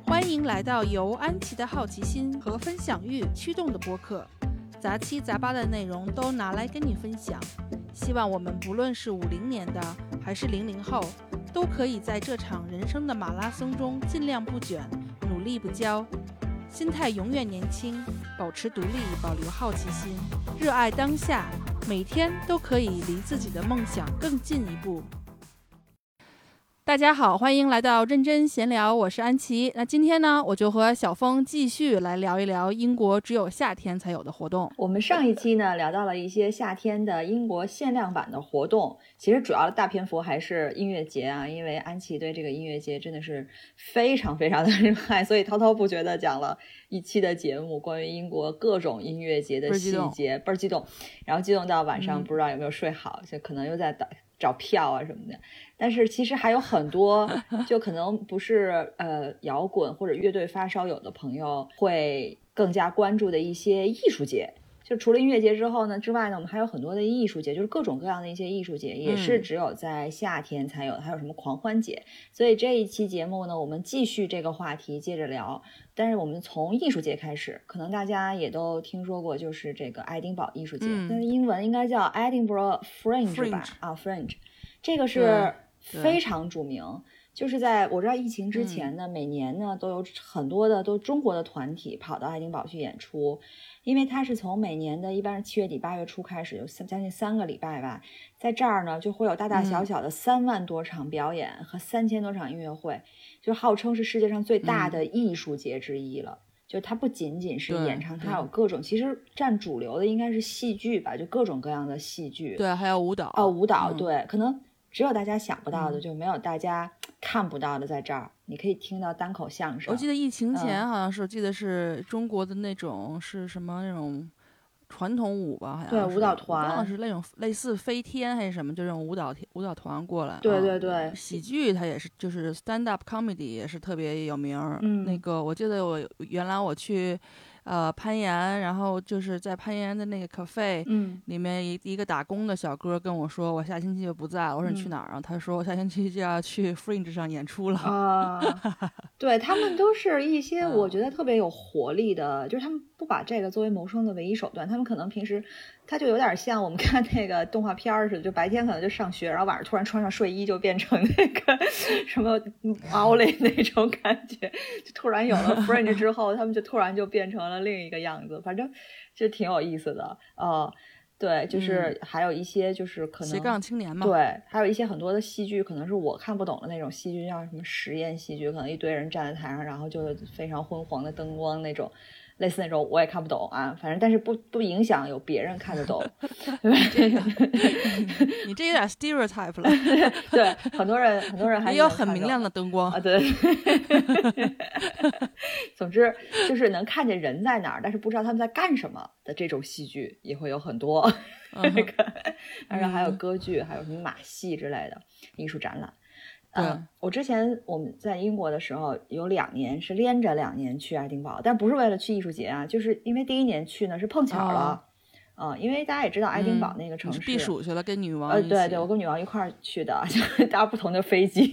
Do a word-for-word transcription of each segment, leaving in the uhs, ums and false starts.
欢迎来到由安琪的好奇心和分享欲驱动的播客，杂七杂八的内容都拿来跟你分享。希望我们不论是五零年的还是零零后，都可以在这场人生的马拉松中尽量不卷，努力不骄，心态永远年轻，保持独立，保留好奇心，热爱当下，每天都可以离自己的梦想更进一步。大家好，欢迎来到认真闲聊，我是安琪。那今天呢，我就和小峰继续来聊一聊英国只有夏天才有的活动。 我们上一期呢聊到了一些夏天的英国限量版的活动，其实主要的大篇幅还是音乐节啊，因为安琪对这个音乐节真的是非常非常的热爱，所以滔滔不绝的讲了一期的节目，关于英国各种音乐节的细节，倍儿激动，然后激动到晚上不知道有没有睡好，嗯、就可能又在打找票啊什么的。但是其实还有很多就可能不是呃摇滚或者乐队发烧友的朋友会更加关注的一些艺术节。就除了音乐节之后呢之外呢，我们还有很多的艺术节，就是各种各样的一些艺术节，也是只有在夏天才有的，还有什么狂欢节。所以这一期节目呢，我们继续这个话题接着聊，但是我们从艺术节开始。可能大家也都听说过，就是这个爱丁堡艺术节，但是英文应该叫 Edinburgh Fringe 吧？啊 Fringe， 这个是非常著名。就是在我知道疫情之前呢、嗯、每年呢都有很多的都中国的团体跑到爱丁堡去演出，因为它是从每年的一般是七月底八月初开始，有将近三个礼拜吧，在这儿呢就会有大大小小的三万多场表演和三千多场音乐会、嗯、就号称是世界上最大的艺术节之一了、嗯、就它不仅仅是演唱，它有各种，其实占主流的应该是戏剧吧，就各种各样的戏剧， 对，还有舞蹈哦，舞蹈、嗯、对，可能只有大家想不到的、嗯、就没有大家看不到的，在这儿你可以听到单口相声。 我记得疫情前好像是、嗯、记得是中国的那种是什么那种传统舞吧，好像对，舞蹈团， 忘了是那种类似飞天还是什么，就这种舞蹈舞蹈团过来。 对对对、 嗯、喜剧它也是，就是 stand up comedy 也是特别有名。 嗯， 那个我记得我原来我去呃攀岩，然后就是在攀岩的那个 cafe 嗯里面一一个打工的小哥跟我说我下星期就不在了，我说你去哪儿啊、嗯、他说我下星期就要去 Fringe 上演出了啊。对，他们都是一些我觉得特别有活力的、嗯、就是他们不把这个作为谋生的唯一手段，他们可能平时他就有点像我们看那个动画片似的，就白天可能就上学，然后晚上突然穿上睡衣就变成那个什么奥利那种感觉，就突然有了 Fringe 之后他们就突然就变成了另一个样子，反正就挺有意思的。呃对，就是还有一些就是可能斜杠青年嘛， 对，还有一些很多的戏剧可能是我看不懂的那种戏剧，像什么实验戏剧，可能一堆人站在台上，然后就非常昏黄的灯光那种，类似那种我也看不懂啊，反正但是不不影响有别人看得懂。 对吧？你这有点 stereotype 了。 对，很多人很多人还也有很明亮的灯光啊，对。总之就是能看见人在哪儿，但是不知道他们在干什么的这种戏剧也会有很多。那个，当然还有歌剧、嗯，还有什么马戏之类的艺术展览。 对、 呃，我之前我们在英国的时候有两年是连着两年去爱丁堡，但不是为了去艺术节啊，就是因为第一年去呢是碰巧了。哦呃、因为大家也知道爱丁堡那个城市、嗯、 避暑去了，跟女王呃，对对，我跟女王一块儿去的，就搭不同的飞机。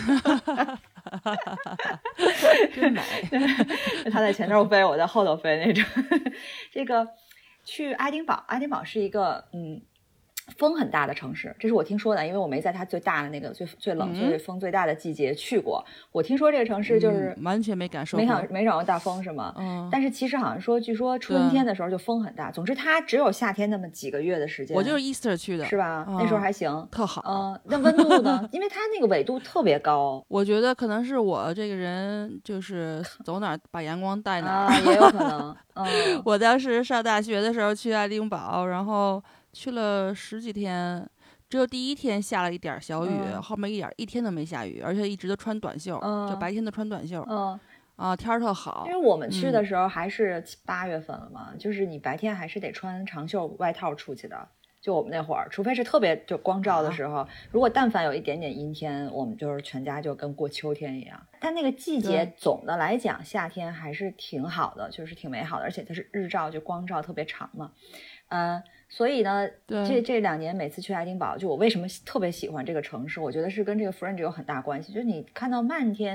真美。 他在前头飞，我在后头飞那种。这个去爱丁堡，爱丁堡是一个嗯风很大的城市，这是我听说的，因为我没在它最大的那个最最冷、最、嗯、风最大的季节去过。我听说这个城市就是、 嗯、完全没感受过， 没想没找到大风是吗？嗯。但是其实好像说，据说春天的时候就风很大。总之，它只有夏天那么几个月的时间。 我就是 Easter 去的， 是吧？嗯、那时候还行， 特好。 嗯，那温度呢？因为它那个纬度特别高。 我觉得可能是我这个人就是走哪儿把阳光带哪儿、 啊，也有可能。嗯， 我当时上大学的时候去爱丁堡，然后去了十几天，只有第一天下了一点小雨、嗯、后面一点一天都没下雨，而且一直都穿短袖、嗯、就白天都穿短袖。 嗯啊，天儿特好。 因为我们去的时候还是八月份了嘛、嗯、就是你白天还是得穿长袖外套出去的，就我们那会儿除非是特别就光照的时候、啊、如果但凡有一点点阴天，我们就是全家就跟过秋天一样。但那个季节总的来讲夏天还是挺好的，就是挺美好的，而且它是日照就光照特别长嘛。呃所以呢这这两年每次去爱丁堡，就我为什么特别喜欢这个城市，我觉得是跟这个 Fringe 有很大关系，就是你看到漫天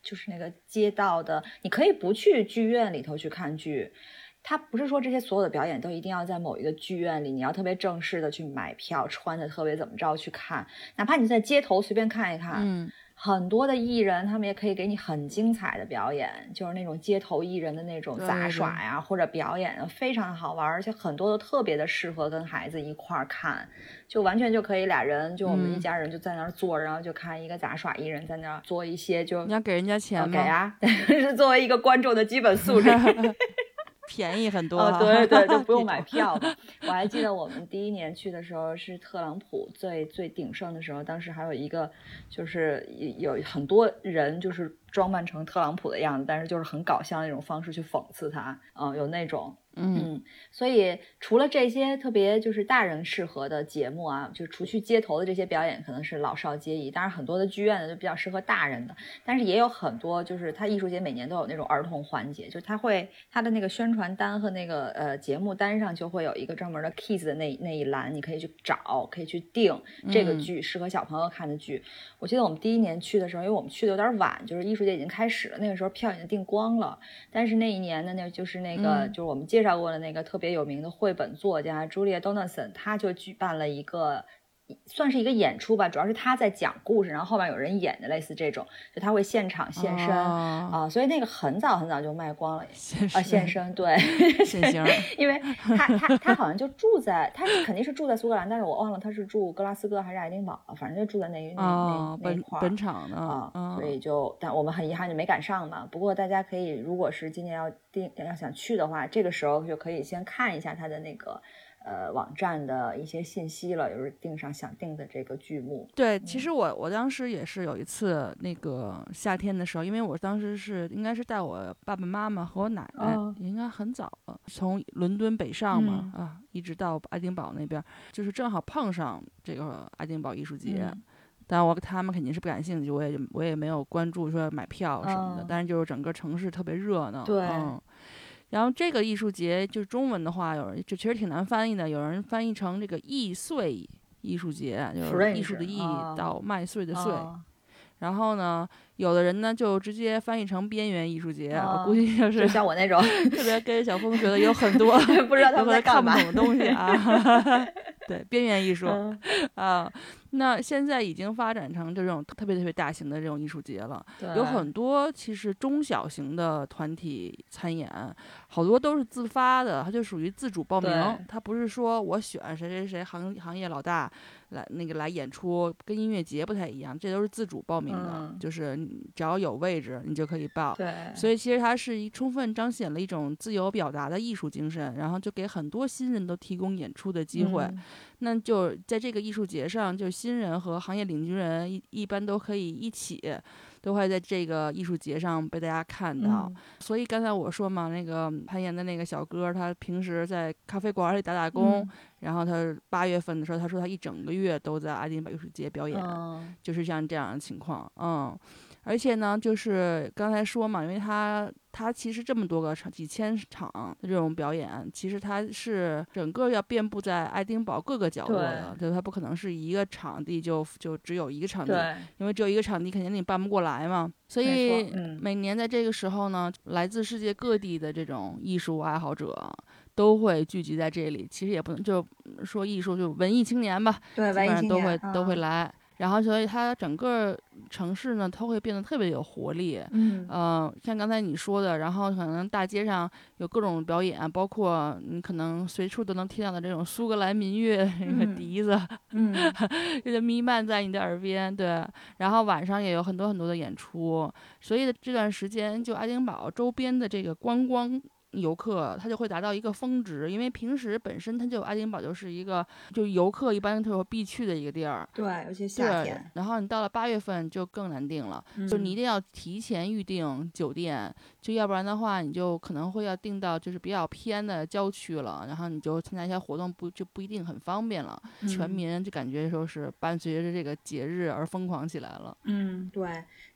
就是那个街道的，你可以不去剧院里头去看剧。他不是说这些所有的表演都一定要在某一个剧院里，你要特别正式的去买票，穿的特别怎么着去看，哪怕你在街头随便看一看， 嗯， 很多的艺人他们也可以给你很精彩的表演，就是那种街头艺人的那种杂耍呀，或者表演非常好玩，而且很多都特别的适合跟孩子一块看，就完全就可以俩人就我们一家人就在那儿坐着、嗯、然后就看一个杂耍艺人在那儿做一些，就你要给人家钱吗？ 给啊，是作为一个观众的基本素质便宜很多、 啊哦、对对，就不用买票的我还记得我们第一年去的时候是特朗普最最鼎盛的时候，当时还有一个就是有很多人就是装扮成特朗普的样子，但是就是很搞笑的那种方式去讽刺他，嗯，有那种嗯，所以除了这些特别就是大人适合的节目啊，就除去街头的这些表演可能是老少皆宜，当然很多的剧院的就比较适合大人的，但是也有很多就是它艺术节每年都有那种儿童环节，就是它会它的那个宣传单和那个呃节目单上就会有一个专门的 kids 的那那一栏，你可以去找，可以去定这个剧适合小朋友看的剧、嗯、我记得我们第一年去的时候，因为我们去的有点晚，就是艺术节已经开始了，那个时候票已经订光了，但是那一年呢，那就是那个、嗯、就是我们介绍过的那个特别有名的绘本作家 Julia Donaldson， 他就举办了一个算是一个演出吧，主要是他在讲故事，然后后面有人演的，类似这种，就他会现场现身啊、 哦呃，所以那个很早很早就卖光了啊、呃，现身对现形因为他他他好像就住在，他肯定是住在苏格兰，但是我忘了他是住格拉斯哥还是爱丁堡，反正就住在那那、 哦、 那那块本场的啊、 哦， 所以就但我们很遗憾就没赶上嘛。不过大家可以，如果是今年要定要想去的话，这个时候就可以先看一下他的那个。呃，网站的一些信息了，就是订上想订的这个剧目。 对， 嗯、 其实我我当时也是有一次那个夏天的时候，因为我当时是应该是带我爸爸妈妈和我奶奶，哦、应该很早了，从伦敦北上嘛、嗯、啊，一直到爱丁堡那边，就是正好碰上这个爱丁堡艺术节。嗯，但我他们肯定是不感兴趣，我也我也没有关注说买票什么的。哦、但是就是整个城市特别热闹。 对。 嗯。然后这个艺术节就是中文的话，有人就其实挺难翻译的，有人翻译成这个易碎艺术节，就是艺术的艺到麦穗的穗。哦、然后呢，有的人呢就直接翻译成边缘艺术节，哦、我估计就是就像我那种特别跟小峰学的有很多不知道他们在干嘛看不懂的东西啊。对，边缘艺术、嗯、啊。那现在已经发展成这种特别特别大型的这种艺术节了，有很多其实中小型的团体参演，好多都是自发的，它就属于自主报名，它不是说我选谁谁谁行行业老大来那个来演出，跟音乐节不太一样，这都是自主报名的，嗯、就是只要有位置你就可以报。 对， 所以其实它是一充分彰显了一种自由表达的艺术精神，然后就给很多新人都提供演出的机会。嗯、那就在这个艺术节上，就新人和行业领军人一一般都可以一起，都会在这个艺术节上被大家看到。嗯、所以刚才我说嘛，那个攀岩的那个小哥，他平时在咖啡馆里打打工，嗯、然后他八月份的时候，他说他一整个月都在爱丁堡艺术节表演，嗯、就是像这样的情况，嗯。而且呢，就是刚才说嘛，因为他他其实这么多个场几千场的这种表演，其实他是整个要遍布在爱丁堡各个角落的，对，他不可能是一个场地就就只有一个场地，因为只有一个场地肯定你办不过来嘛。所以每年在这个时候呢，嗯、来自世界各地的这种艺术爱好者都会聚集在这里。其实也不能就说艺术，就文艺青年吧， 对， 基本上都会、 嗯、 都会来。然后，所以它整个城市呢，它会变得特别有活力。 嗯， 呃，像刚才你说的，然后可能大街上有各种表演，包括你可能随处都能听到的这种苏格兰民乐那个笛子， 嗯， 就弥漫在你的耳边。对，然后晚上也有很多很多的演出，所以这段时间就爱丁堡周边的这个观光游客他就会达到一个峰值，因为平时本身它就爱丁堡就是一个就游客一般都有必去的一个地儿， 对，尤其夏天。 然后你到了八月份就更难定了，嗯、就你一定要提前预定酒店，就要不然的话你就可能会要订到就是比较偏的郊区了，然后你就参加一些活动不就不一定很方便了。嗯、全民就感觉说是伴随着这个节日而疯狂起来了。 嗯，对。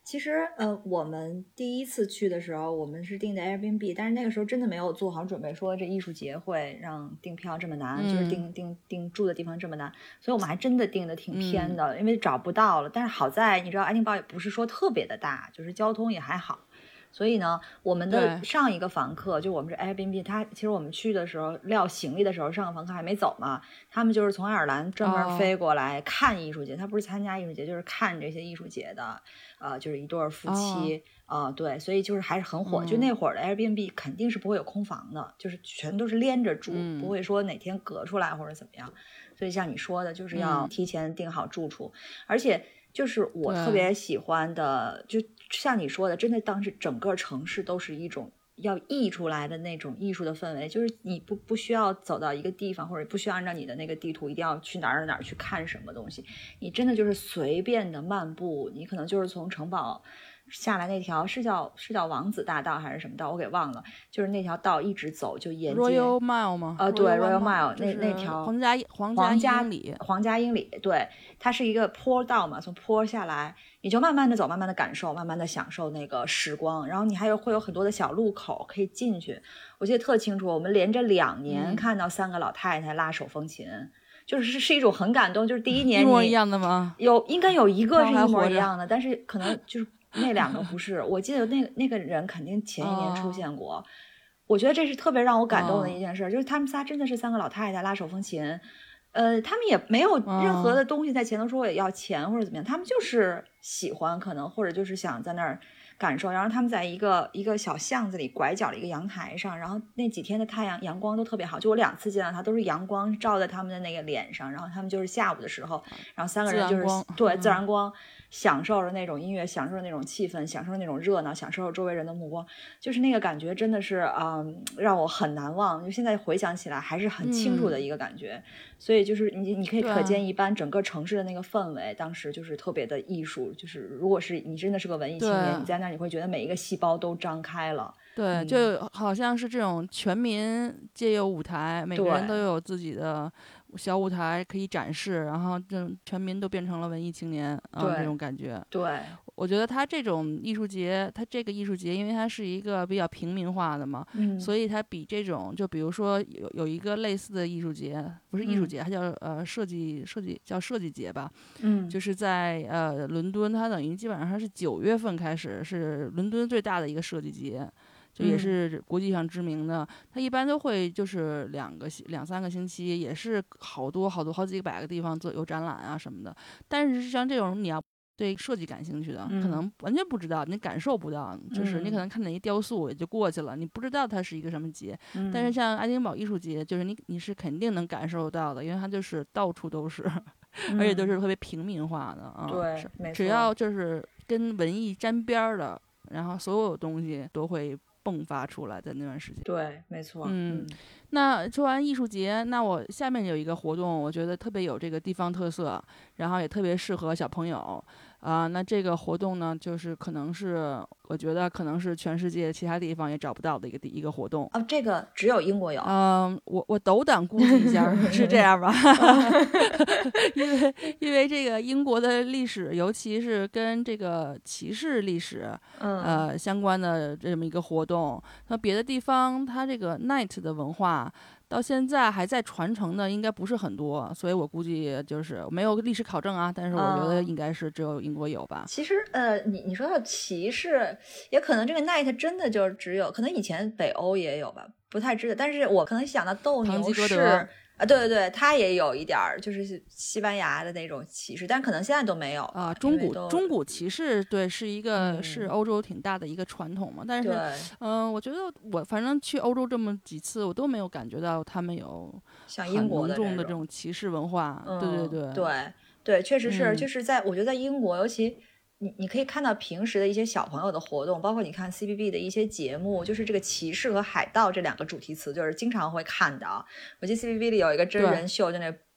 其实呃，我们第一次去的时候，我们是订的 Airbnb， 但是那个时候真的没有做好准备，说这艺术节会让订票这么难， 嗯、 就是订订订住的地方这么难，所以我们还真的订的挺偏的、嗯，因为找不到了。但是好在你知道，爱丁堡也不是说特别的大，就是交通也还好。所以呢，我们的上一个房客，就我们这 Airbnb， 他其实我们去的时候撂行李的时候，上个房客还没走嘛，他们就是从爱尔兰专门飞过来看艺术节，哦、他不是参加艺术节，就是看这些艺术节的，呃，就是一对夫妻，啊、哦呃，对，所以就是还是很火、嗯。就那会儿的 Airbnb 肯定是不会有空房的，就是全都是连着住，嗯、不会说哪天隔出来或者怎么样。所以像你说的，就是要提前订好住处，嗯、而且就是我特别喜欢的，就像你说的，真的当时整个城市都是一种要溢出来的那种艺术的氛围，就是你不不需要走到一个地方，或者不需要按照你的那个地图一定要去哪儿哪儿去看什么东西，你真的就是随便的漫步，你可能就是从城堡下来那条是叫是叫王子大道还是什么道，我给忘了，就是那条道一直走就沿街 Royal Mile 吗？ 呃，对 Royal Mile 那那条皇家皇家英里， 皇家英里，对，它是一个坡道嘛，从坡下来，你就慢慢的走，慢慢的感受，慢慢的享受那个时光，然后你还有会有很多的小路口可以进去，我记得特清楚，我们连着两年看到三个老太太拉手风琴。嗯，就是是一种很感动，就是第一年你一模一样的吗？ 有应该有一个是一模一样的，但是可能就是那两个不是。我记得那那个人肯定前一年出现过。哦、我觉得这是特别让我感动的一件事，哦、就是他们仨真的是三个老太太拉手风琴，呃，他们也没有任何的东西在前头说我也要钱或者怎么样，哦、他们就是喜欢可能或者就是想在那儿感受，然后他们在一个一个小巷子里拐角的一个阳台上，然后那几天的太阳阳光都特别好，就我两次见到他都是阳光照在他们的那个脸上，然后他们就是下午的时候，然后三个人就是对自然光、嗯、享受着那种音乐，享受着那种气氛，享受着那种热闹，享受着周围人的目光，就是那个感觉真的是嗯让我很难忘，就现在回想起来还是很清楚的一个感觉、嗯、所以就是你你可以可见一般整个城市的那个氛围当时就是特别的艺术，就是如果是你真的是个文艺青年，你在那你会觉得每一个细胞都张开了， 对、嗯、就好像是这种全民皆有舞台，每个人都有自己的小舞台可以展示，然后这全民都变成了文艺青年啊、嗯，这种感觉。 对， 我觉得他这种艺术节，他这个艺术节因为它是一个比较平民化的嘛、 嗯、 所以它比这种就比如说有有一个类似的艺术节，不是艺术节、嗯、它叫呃设计设计叫设计节吧， 嗯， 就是在呃伦敦，它等于基本上是九月份开始，是伦敦最大的一个设计节，就也是国际上知名的、嗯、它一般都会就是两个两三个星期，也是好多好多好几百个地方做有展览啊什么的。但是像这种你要对设计感兴趣的、嗯、可能完全不知道，你感受不到，就是你可能看哪一雕塑也就过去了、嗯、你不知道它是一个什么节、嗯、但是像爱丁堡艺术节，就是你你是肯定能感受到的，因为它就是到处都是、嗯、而且都是特别平民化的啊、 对、嗯， 只要就是跟文艺沾边的，然后所有东西都会迸发出来在那段时间。 对，没错。 嗯，嗯那说完艺术节，那我下面有一个活动，我觉得特别有这个地方特色，然后也特别适合小朋友啊、呃。那这个活动呢，就是可能是我觉得可能是全世界其他地方也找不到的一个一个活动。 哦，这个只有英国有。 嗯，我我斗胆估计一下，是这样吧？因为因为这个英国的历史，尤其是跟这个骑士历史， 嗯、 呃相关的这么一个活动，那别的地方它这个 night 的文化到现在还在传承的应该不是很多，所以我估计就是没有历史考证啊，但是我觉得应该是只有英国有吧。 其实呃，你你说到骑士，也可能这个 night 真的就只有，可能以前北欧也有吧，不太知道。但是我可能想到斗牛士啊，对对对，他也有一点儿，就是西班牙的那种骑士，但可能现在都没有啊。中古中古骑士，对，是一个、嗯、是欧洲挺大的一个传统嘛。但是，嗯、呃，我觉得我反正去欧洲这么几次，我都没有感觉到他们有像英国很浓重的这种骑士文化。 嗯、 对对对对对，确实是， 嗯、 就是在我觉得在英国，尤其。你你可以看到平时的一些小朋友的活动，包括你看 C B B 的一些节目，就是这个骑士和海盗这两个主题词，就是经常会看到。我记得 C B B 里有一个真人秀，就那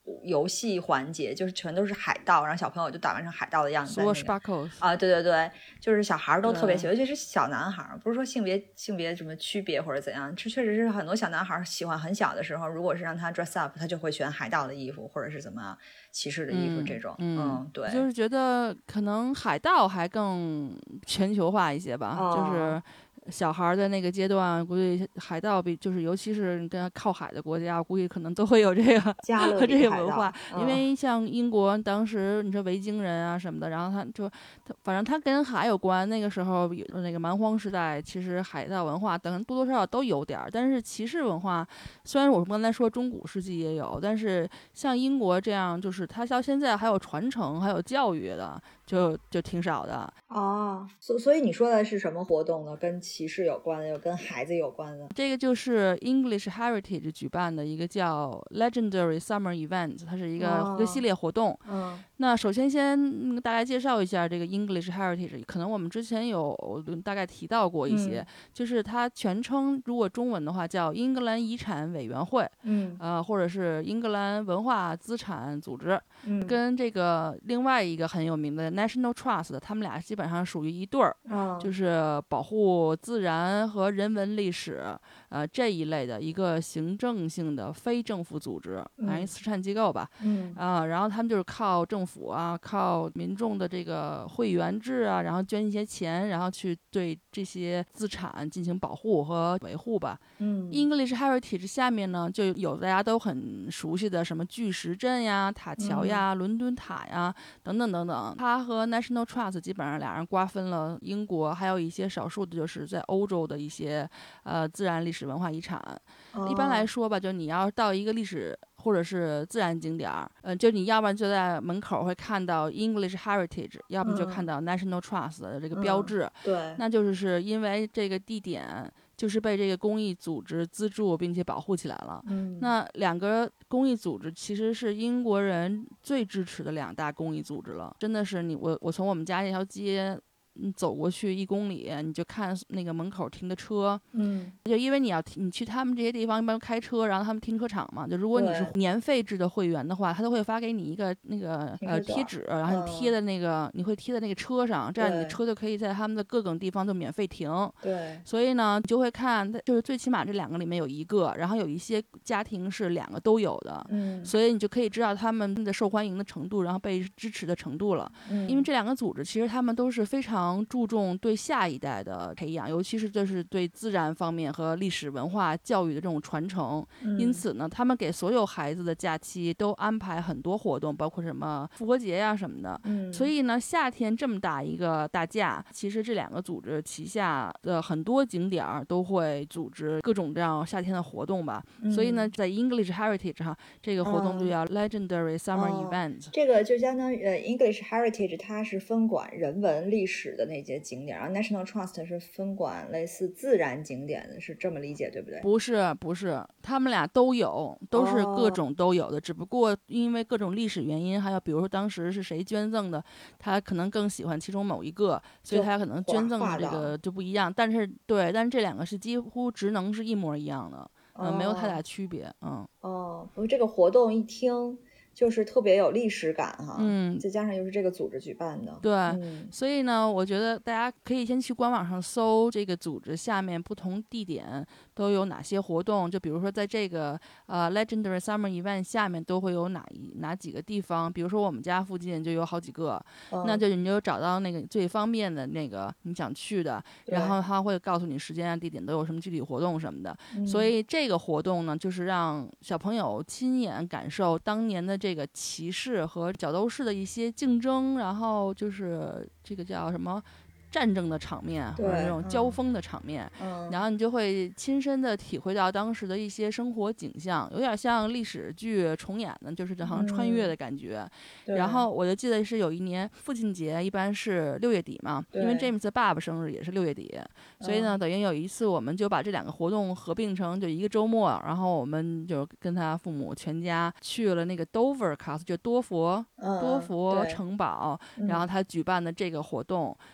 游戏环节，就是全都是海盗，然后小朋友就打扮成海盗的样子、那个。 啊，对对对，就是小孩都特别喜欢，尤其是小男孩，不是说性别性别什么区别或者怎样，这确实是很多小男孩喜欢，很小的时候，如果是让他 dress up， 他就会选海盗的衣服或者是怎么骑士的衣服这种。 嗯, 嗯对， 就是觉得可能海盗还更全球化一些吧、哦、就是小孩的那个阶段，估计海盗比就是尤其是跟靠海的国家，估计可能都会有这个加勒比这个文化、 嗯、 因为像英国当时你说维京人啊什么的，然后他就他反正他跟海有关，那个时候有那个蛮荒时代，其实海盗文化等多多少少都有点，但是骑士文化虽然我们刚才说中古世纪也有，但是像英国这样就是他到现在还有传承还有教育的就就挺少的。 哦，所所以你说的是什么活动呢？跟骑士有关的，有跟孩子有关的？ 这个就是 English Heritage 举办的一个叫 Legendary Summer Event， 它是一个、哦、一个系列活动。 嗯， 那首先先大概介绍一下这个 English Heritage， 可能我们之前有大概提到过一些、嗯、就是它全称如果中文的话叫英格兰遗产委员会， 嗯， 呃，或者是英格兰文化资产组织， 嗯， 跟这个另外一个很有名的 National Trust， 他们俩基本上属于一对儿、 哦、 就是保护自然和人文历史呃这一类的一个行政性的非政府组织，反正慈善机构吧， 嗯啊、呃，然后他们就是靠政府啊，靠民众的这个会员制啊，然后捐一些钱，然后去对这些资产进行保护和维护吧。 嗯 ，English Heritage 下面呢就有大家都很熟悉的什么巨石阵呀、塔桥呀、 嗯、 伦敦塔呀等等等等。它和 National Trust 基本上俩人瓜分了英国，还有一些少数的就是在欧洲的一些呃自然历史文化遗产。 哦、 一般来说吧，就你要到一个历史或者是自然景点儿，呃，就你要不然就在门口会看到 English Heritage， 要不就看到 National Trust 的这个标志， 嗯、对， 那就是是因为这个地点就是被这个公益组织资助并且保护起来了。 嗯， 那两个公益组织其实是英国人最支持的两大公益组织了，真的是你我我从我们家这条街你走过去一公里，你就看那个门口停的车， 嗯， 就因为你要你去他们这些地方一般开车，然后他们停车场嘛，就如果你是年费制的会员的话，他都会发给你一个那个呃贴纸，然后你贴在那个、嗯、你会贴在那个车上，这样你的车就可以在他们的各个地方就免费停。 对， 所以呢，你就会看，就是最起码这两个里面有一个，然后有一些家庭是两个都有的， 嗯， 所以你就可以知道他们的受欢迎的程度，然后被支持的程度了。 嗯， 因为这两个组织其实他们都是非常注重对下一代的培养，尤其是就是对自然方面和历史文化教育的这种传承、 嗯、 因此呢他们给所有孩子的假期都安排很多活动，包括什么复活节呀、啊、什么的、 嗯、 所以呢夏天这么大一个大假，其实这两个组织旗下的很多景点都会组织各种这样夏天的活动吧、 嗯、 所以呢在 English Heritage 哈这个活动就叫 Legendary Summer、 哦、 Event、 这个就相当于呃 English Heritage 它是分管人文历史的那些景点，然后 National Trust 是分管类似自然景点的，是这么理解对不对？ 不是不是，他们俩都有，都是各种都有的、哦、只不过因为各种历史原因，还有比如说当时是谁捐赠的，他可能更喜欢其中某一个，所以他可能捐赠的这个就不一样，但是对，但是这两个是几乎职能是一模一样的，嗯、呃，没有太大区别，嗯。 哦，不过这个活动一听就是特别有历史感哈， 嗯， 再加上又是这个组织举办的， 对、 嗯， 所以呢，我觉得大家可以先去官网上搜这个组织下面不同地点都有哪些活动，就比如说在这个呃 Legendary Summer Event 下面都会有哪一哪几个地方，比如说我们家附近就有好几个， 嗯、 那就你就找到那个最方便的那个你想去的，然后他会告诉你时间啊、地点都有什么具体活动什么的、 嗯， 所以这个活动呢，就是让小朋友亲眼感受当年的这个骑士和角斗士的一些竞争，然后就是这个叫什么战争的场面或者那种交锋的场面、 嗯、 然后你就会亲身的体会到当时的一些生活景象，有点像历史剧重演的，就是好像穿越的感觉、 嗯、 然后我就记得是有一年父亲节一般是六月底嘛，因为 James 的爸爸生日也是六月底，所以呢、嗯、等于有一次我们就把这两个活动合并成就一个周末，然后我们就跟他父母全家去了那个 Dover Castle， 就多佛、 嗯、 多佛城堡，然后他举办的这个活动、嗯、那这个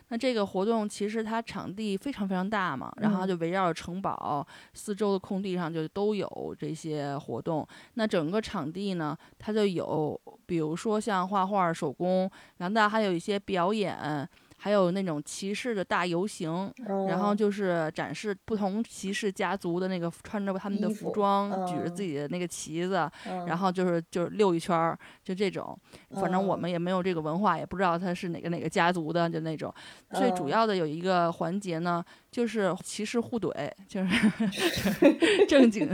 个活动其实它场地非常非常大嘛，然后就围绕着城堡、嗯、四周的空地上就都有这些活动。那整个场地呢，它就有比如说像画画、手工，然后大家还有一些表演，还有那种骑士的大游行、哦、然后就是展示不同骑士家族的那个穿着他们的服装、嗯、举着自己的那个旗子、嗯、然后就是就是溜一圈，就这种。反正我们也没有这个文化、嗯、也不知道他是哪个哪个家族的，就那种。最主要的有一个环节呢，就是骑士互怼，就是正经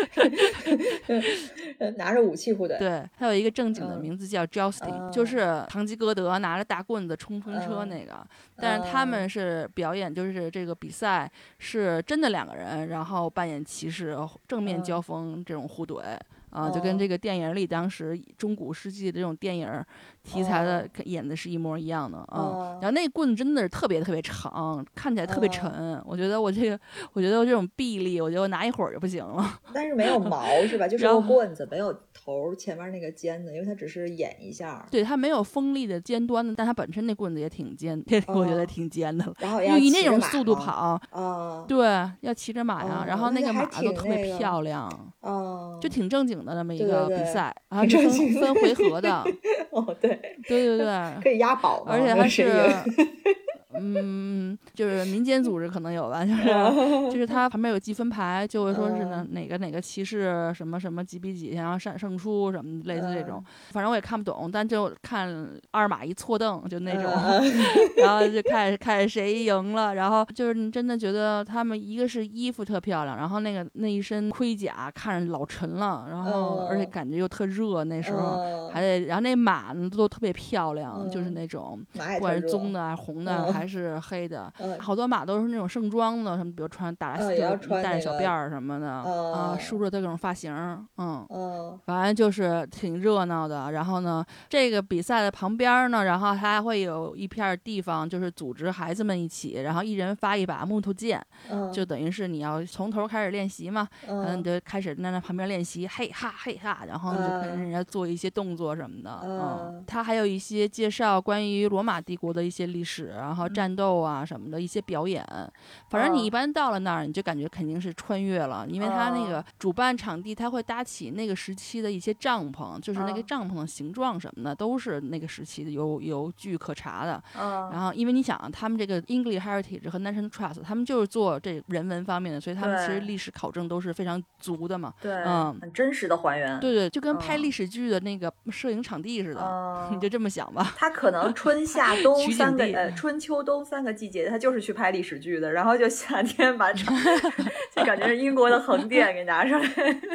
拿着武器互怼。 对，还有一个正经的名字叫 jousting、嗯、就是堂吉诃德拿着大棍子冲风车那个、嗯、但是他们是表演，就是这个比赛是真的两个人然后扮演骑士正面交锋这种互怼、嗯啊，就跟这个电影里当时中古世纪的这种电影题材的演的是一模一样的啊、嗯。然后那棍子真的是特别特别长，看起来特别沉。我觉得我这个，我觉得我这种臂力，我觉得我拿一会儿就不行了。 但是没有毛是吧？就是个棍子，没有头前面那个尖的，因为它只是演一下。 对，它没有锋利的尖端的，但它本身那棍子也挺尖，我觉得挺尖的了。 然后因为以那种速度跑， 啊， 对，要骑着马呀， 哦、 然后那个马都特别漂亮，哦，就挺正经的那么一个比赛，然后就分分回合的。 哦，对， 对对对， 可以押宝， 而且还是。嗯，就是民间组织可能有吧，就是就是他旁边有积分牌，就会说是呢哪个哪个骑士什么什么几比几，然后胜胜出什么类似这种，反正我也看不懂，但就看二马一错蹬就那种，然后就看看谁赢了，然后就是你真的觉得他们一个是衣服特漂亮，然后那个那一身盔甲看着老沉了，然后而且感觉又特热，那时候还得，然后那马呢都特别漂亮，就是那种不管是棕的啊红的还是黑的，嗯、好多马都是那种盛装的，什么比如穿打嗯、 带着小辫儿什么的， 嗯、 啊，梳着各种发型，嗯， 嗯反正就是挺热闹的。然后呢，这个比赛的旁边呢，然后它还会有一片地方，就是组织孩子们一起，然后一人发一把木头剑， 嗯、 就等于是你要从头开始练习嘛， 嗯， 然后你就开始在那旁边练习，嘿哈嘿哈，然后你就跟人家做一些动作什么的， 嗯， 嗯，它还有一些介绍关于罗马帝国的一些历史，然后战斗啊什么的一些表演，反正你一般到了那儿，你就感觉肯定是穿越了，因为他那个主办场地他会搭起那个时期的一些帐篷，就是那个帐篷的形状什么的都是那个时期的，有有据可查的。然后因为你想他们这个 English Heritage 和 National Trust 他们就是做这人文方面的，所以他们其实历史考证都是非常足的嘛。 对， 嗯， 很真实的还原。 对对，就跟拍历史剧的那个摄影场地似的，嗯、你就这么想吧。 他可能春夏冬三个呃春秋冬三个季节，他就是去拍历史剧的，然后就夏天把场就感觉是英国的横店给拿上来。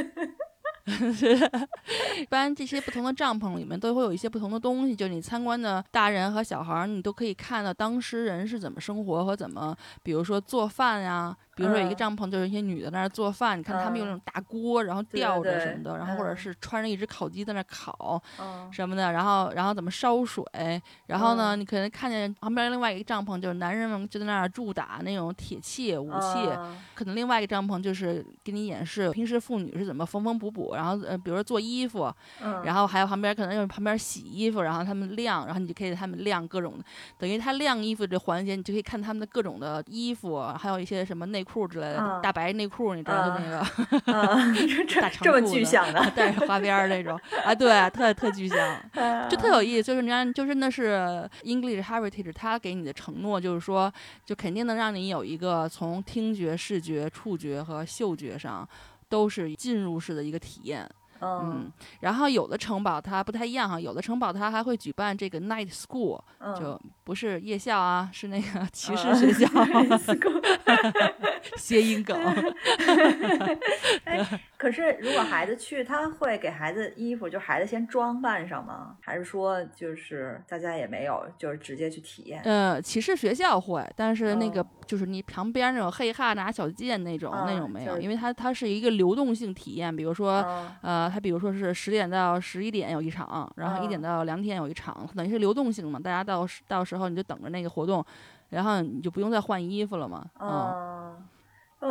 一般这些不同的帐篷里面都会有一些不同的东西，就是你参观的大人和小孩，你都可以看到当时人是怎么生活和怎么，比如说做饭呀。比如说有一个帐篷，就是一些女的在那做饭，嗯、你看他们有那种大锅，然后吊着什么的， 对对对， 然后或者是穿着一只烤鸡在那烤、 嗯、 什么的，然后然后怎么烧水，然后呢，嗯、你可能看见旁边另外一个帐篷，就是男人们就在那儿驻打那种铁器武器， 嗯、 可能另外一个帐篷就是给你演示平时妇女是怎么缝缝补补，然后呃，比如说做衣服， 嗯、 然后还有旁边可能就是旁边洗衣服，然后他们晾，然后你就可以给他们晾各种，等于他晾衣服这环节，你就可以看他们的各种的衣服，还有一些什么内裤之类的， 嗯、 大白内裤，你知道就那个、 嗯、 大长裤这么具象的， 带着花边那种啊，对，特特具象，就特有意思。就是你看，就真的是 English Heritage 他给你的承诺，就是说，就肯定能让你有一个从听觉、视觉、触觉和嗅觉上都是进入式的一个体验。嗯，然后有的城堡它不太一样哈，有的城堡它还会举办这个 night school，、嗯、就不是夜校啊，是那个骑士学校，谐音梗。 哎，可是如果孩子去，他会给孩子衣服，就孩子先装扮上吗？还是说就是大家也没有，就是直接去体验？ 呃，骑士学校会，但是那个、嗯、就是你旁边那种嘿哈拿小剑那种、嗯、那种没有， 就是、 因为它它是一个流动性体验，比如说、嗯、呃。它比如说是十点到十一点有一场，然后一点到两点有一场，等于是流动性嘛，大家到到时候你就等着那个活动，然后你就不用再换衣服了嘛。 嗯，哦，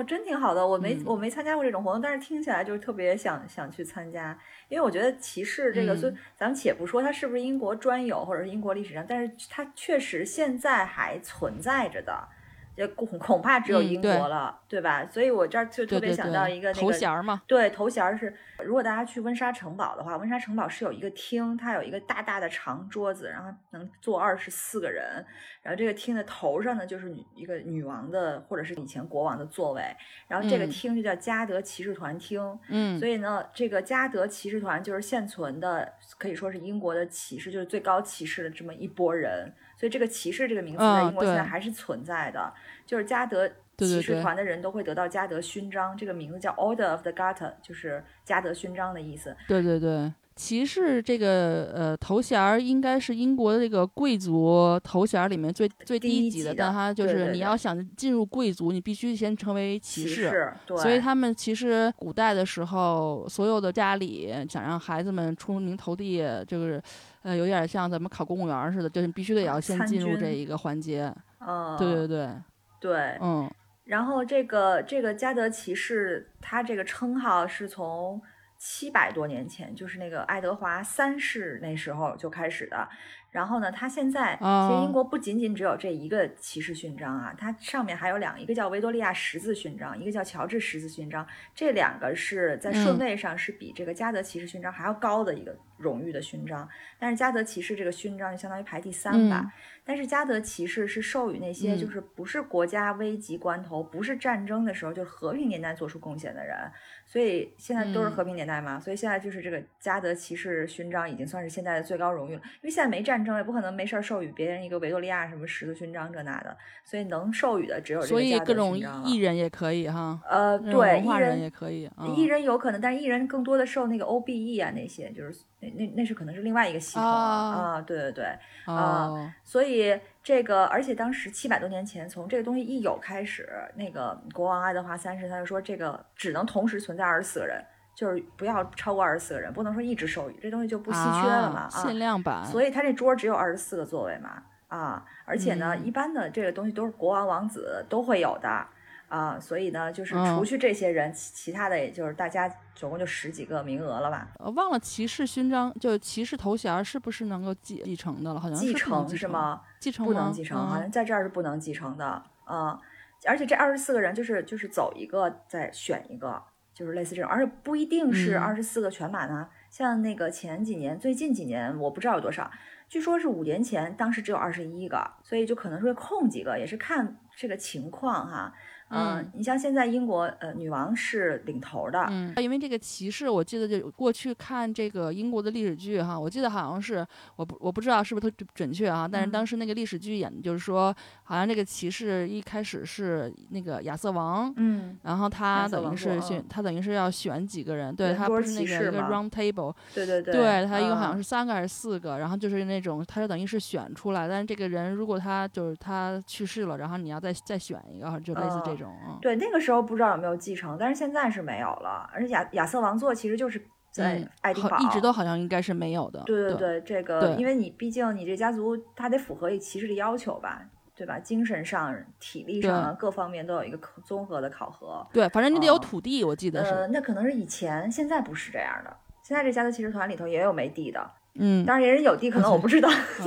哦，真挺好的，我没、 嗯、 我没参加过这种活动，但是听起来就是特别想想去参加，因为我觉得骑士这个，所、嗯、以咱们且不说它是不是英国专有或者是英国历史上，但是它确实现在还存在着的。就恐恐怕只有英国了、嗯、对, 对吧，所以我这儿就特别想到一个那个对对对头衔嘛， 对，头衔是，如果大家去温莎城堡的话，温莎城堡是有一个厅，它有一个大大的长桌子，然后能坐二十四个人，然后这个厅的头上呢就是一个女王的或者是以前国王的座位，然后这个厅就叫嘉德骑士团厅， 嗯， 所以呢这个嘉德骑士团就是现存的可以说是英国的骑士，就是最高骑士的这么一拨人，所以这个骑士这个名词在英国现在还是存在的、嗯、就是嘉德骑士团的人都会得到嘉德勋章，对对对，这个名字叫 Order of the Garter， 就是嘉德勋章的意思。 对对对，骑士这个呃头衔应该是英国的这个贵族头衔里面最最低级的，但它就是你要想进入贵族，对对对，你必须先成为骑士。 骑士，对。 所以他们其实古代的时候，所有的家里想让孩子们出名头地，就是呃有点像咱们考公务员似的，就是必须得要先进入这一个环节。 嗯， 对对对对， 嗯。 然后这个这个嘉德骑士，他这个称号是从七百多年前，就是那个爱德华三世那时候就开始的。然后呢，他现在其实英国不仅仅只有这一个骑士勋章啊，它上面还有两个，一个叫维多利亚十字勋章，一个叫乔治十字勋章，这两个是在顺位上是比这个嘉德骑士勋章还要高的一个荣誉的勋章。但是嘉德骑士这个勋章就相当于排第三吧。嗯、但是嘉德骑士是授予那些就是不是国家危急关头、嗯、不是战争的时候，就是和平年代做出贡献的人。所以现在都是和平年代嘛，嗯、所以现在就是这个嘉德骑士勋章已经算是现在的最高荣誉了，因为现在没战争，也不可能没事授予别人一个维多利亚什么十字勋章这那的，所以能授予的只有这个嘉德勋章了。所以各种艺人也可以哈， 呃，对， 艺人也可以， 嗯、艺人有可能，但是艺人更多的受那个 O B E 啊那些，就是那那那是可能是另外一个系统啊，啊对对对啊、 哦， 所以这个，而且当时七百多年前，从这个东西一有开始，那个国王爱德华三世他就说，这个只能同时存在二十四个人。就是不要超过二十四个人，不能说一直授予，这东西就不稀缺了嘛。啊， 限量版。 所以他这桌只有二十四个座位嘛。啊，而且呢、嗯，一般的这个东西都是国王王子都会有的啊，所以呢，就是除去这些人，嗯、其他的也就是大家总共就十几个名额了吧。 呃，忘了骑士勋章，就骑士头衔是不是能够继继承的了？好像是继承是吗？ 继承不能继承， 嗯、 好像在这儿是不能继承的。嗯，而且这二十四个人就是就是走一个再选一个。就是类似这种，而且不一定是二十四个全满啊、嗯。像那个前几年、最近几年，我不知道有多少，据说是五年前，当时只有二十一个，所以就可能是会空几个，也是看这个情况哈。嗯、呃，你像现在英国呃女王是领头的， 嗯，因为这个骑士，我记得就过去看这个英国的历史剧哈，我记得好像是我不我不知道是不是特准确啊，但是当时那个历史剧演的就是说，好像这个骑士一开始是那个亚瑟王， 嗯， 然后他等于是选、嗯、他等于是要选几个人，对他不是那个一个 round table， 对对对， 对他一共好像是三个还是四个，嗯、然后就是那种他是等于是选出来，但是这个人如果他就是他去世了，然后你要再再选一个，就类似这种， 嗯、对那个。时候不知道有没有继承，但是现在是没有了。而且亚亚瑟王座其实就是在爱丁堡、 嗯，一直都好像应该是没有的。 对对对， 这个因为你毕竟你这家族他得符合一骑士的要求吧，对吧？精神上、体力上各方面都有一个综合的考核。 对，反正你得有土地，嗯、我记得是。 呃，那可能是以前，现在不是这样的。现在这家族骑士团里头也有没地的， 嗯， 当然也人有地，可能我不知道。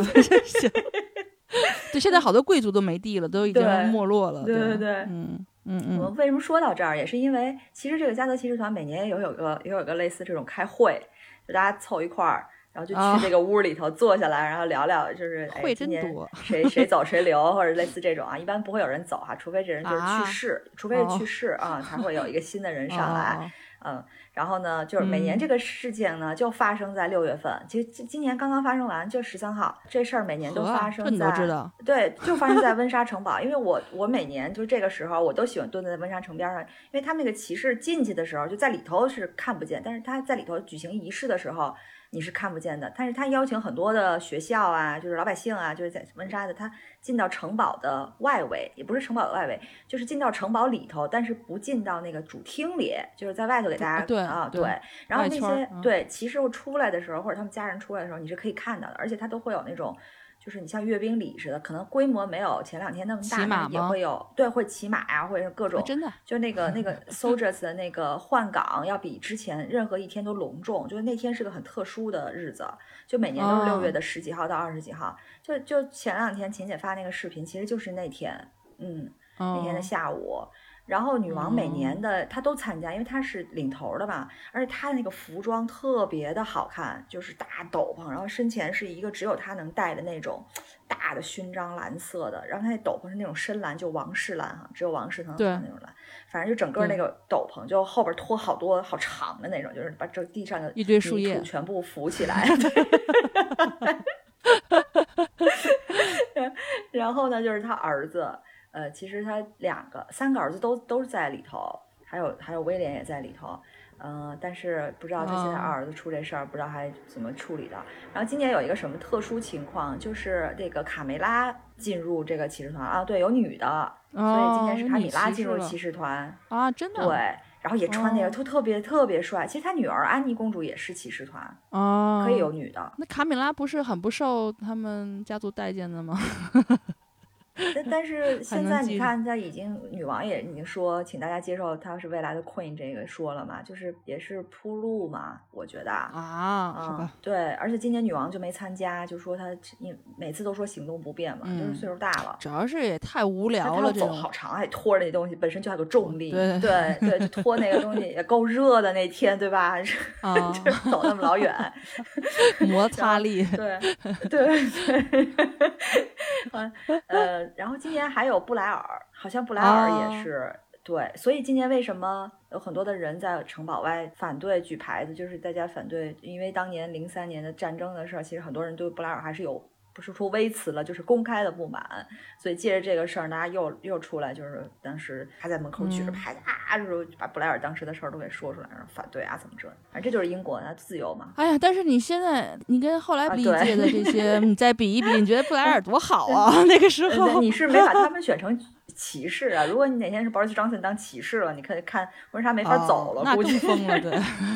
对，现在好多贵族都没地了，都已经没落了。 对对对, 对, 对， 嗯。嗯嗯， 我们为什么说到这儿，也是因为其实这个嘉德骑士团每年也有有个也有个类似这种开会，就大家凑一块儿，然后就去这个屋里头坐下来，哦、然后聊聊，就是会真多， 哎、谁谁走谁留，或者类似这种啊，一般不会有人走哈、啊，除非这人就是去世，啊、除非是去世、哦、啊，才会有一个新的人上来。哦嗯，然后呢，就是每年这个事件呢，嗯、就发生在六月份。其实今年刚刚发生完，就十三号，这事儿每年都发生在， 知道对，就发生在温莎城堡。因为我我每年就这个时候，我都喜欢蹲在温莎城边上，因为他们那个骑士进去的时候，就在里头是看不见，但是他在里头举行仪式的时候，你是看不见的。但是他邀请很多的学校啊，就是老百姓啊，就是在温莎的，他进到城堡的外围，也不是城堡的外围，就是进到城堡里头，但是不进到那个主厅里，就是在外头给大家对啊对。然后那些、嗯、对骑士出来的时候，或者他们家人出来的时候，你是可以看到的，而且他都会有那种就是你像阅兵礼似的，可能规模没有前两天那么大， 骑马吗？ 也会有，对，会骑马呀、啊，或者是各种、 啊、真的， 就那个那个 soldiers 的那个换岗要比之前任何一天都隆重，就是那天是个很特殊的日子，就每年都是六月的十几号到二十几号，哦、就就前两天琴姐发那个视频，其实就是那天，嗯， 哦、 那天的下午。然后女王每年的、嗯、她都参加，因为她是领头的嘛，而且她的那个服装特别的好看，就是大斗篷，然后身前是一个只有她能戴的那种大的勋章，蓝色的，然后她那斗篷是那种深蓝，就王室蓝哈，只有王室才能穿那种蓝，反正就整个那个斗篷就后边拖好多好长的那种，就是把这地上的一堆树叶全部浮起来。然后呢，就是他儿子。呃，其实他两个、三个儿子都都是在里头，还有还有威廉也在里头，嗯、呃，但是不知道他现在二儿子出这事儿， oh. 不知道还怎么处理的。然后今年有一个什么特殊情况，就是这个卡梅拉进入这个骑士团啊，对，有女的， oh, 所以今年是卡米拉进入骑士团啊，真的， 对，然后也穿那个特、 oh. 特别特别帅。其实他女儿安妮公主也是骑士团哦， oh. 可以有女的。 那卡米拉不是很不受他们家族待见的吗？ 但但是现在你看，他已经女王也已经说，请大家接受她是未来的 Queen 这个说了嘛，就是也是铺路嘛，我觉得啊，嗯、是吧？ 对，而且今年女王就没参加，就说她每次都说行动不便嘛，嗯、就是岁数大了， 主要是也太无聊了， 她走好长，还拖着那东西，本身就还有个重力， 对对对，就拖那个东西也够热的那天，对吧？啊，就是走那么老远， 摩擦力， 对对对，呃。然后今年还有布莱尔，好像布莱尔也是、哦、对，所以今年为什么有很多的人在城堡外反对举牌子，就是大家反对，因为当年零三年的战争的事儿，其实很多人对布莱尔还是有不是说微词了，就是公开的不满，所以借着这个事儿，大家又又出来，就是当时他在门口举着牌子、嗯、啊，就是把布莱尔当时的事儿都给说出来，然后反对啊，怎么这，反正这就是英国的自由嘛。 哎呀，但是你现在你跟后来历届的这些，啊、你再比一比，你觉得布莱尔多好啊？那个时候你是没把他们选成骑士啊？如果你哪天是 Boris Johnson 当骑士了，你可以看温莎没法走了， 哦、 估计疯了，对。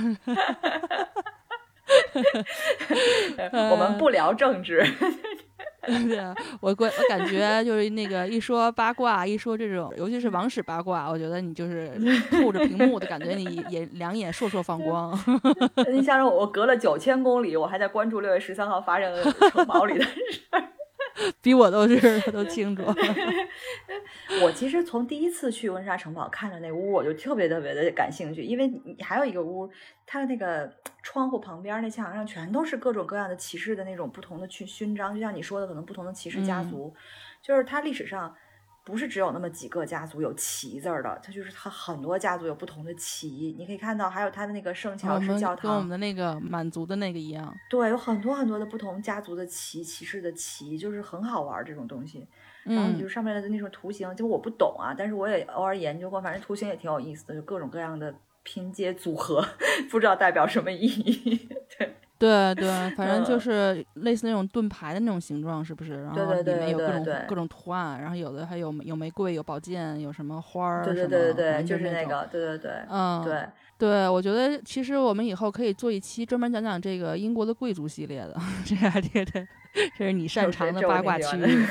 我们不聊政治。 对啊，我我我感觉就是那个一说八卦，一说这种，尤其是王室八卦，我觉得你就是透着屏幕的感觉，你也两眼烁烁放光。 你想想，我隔了九千公里，我还在关注六月十三号发生的城堡里的事儿。 比我都是都清楚。 我其实从第一次去温莎城堡看着那屋，我就特别特别的感兴趣，因为还有一个屋，它的那个窗户旁边那墙上全都是各种各样的骑士的那种不同的勋勋章，就像你说的，可能不同的骑士家族，嗯、就是它历史上不是只有那么几个家族有旗字的，它就是它很多家族有不同的旗，你可以看到，还有它的那个圣乔治教堂， 跟我们的那个满族的那个一样， 对，有很多很多的不同家族的旗，骑士的旗，就是很好玩这种东西。然后你就上面的那种图形，就我不懂啊，但是我也偶尔研究过，反正图形也挺有意思的，就各种各样的拼接组合，不知道代表什么意义。对。 对对，反正就是类似那种盾牌的那种形状，是不是？然后里面有各种各种图案，然后有的还有有玫瑰，有宝剑，有什么花儿， 对对对对对，就是那个，对对对， 嗯， 对对，我觉得其实我们以后可以做一期专门讲讲这个英国的贵族系列的，这样这这这是你擅长的八卦区域。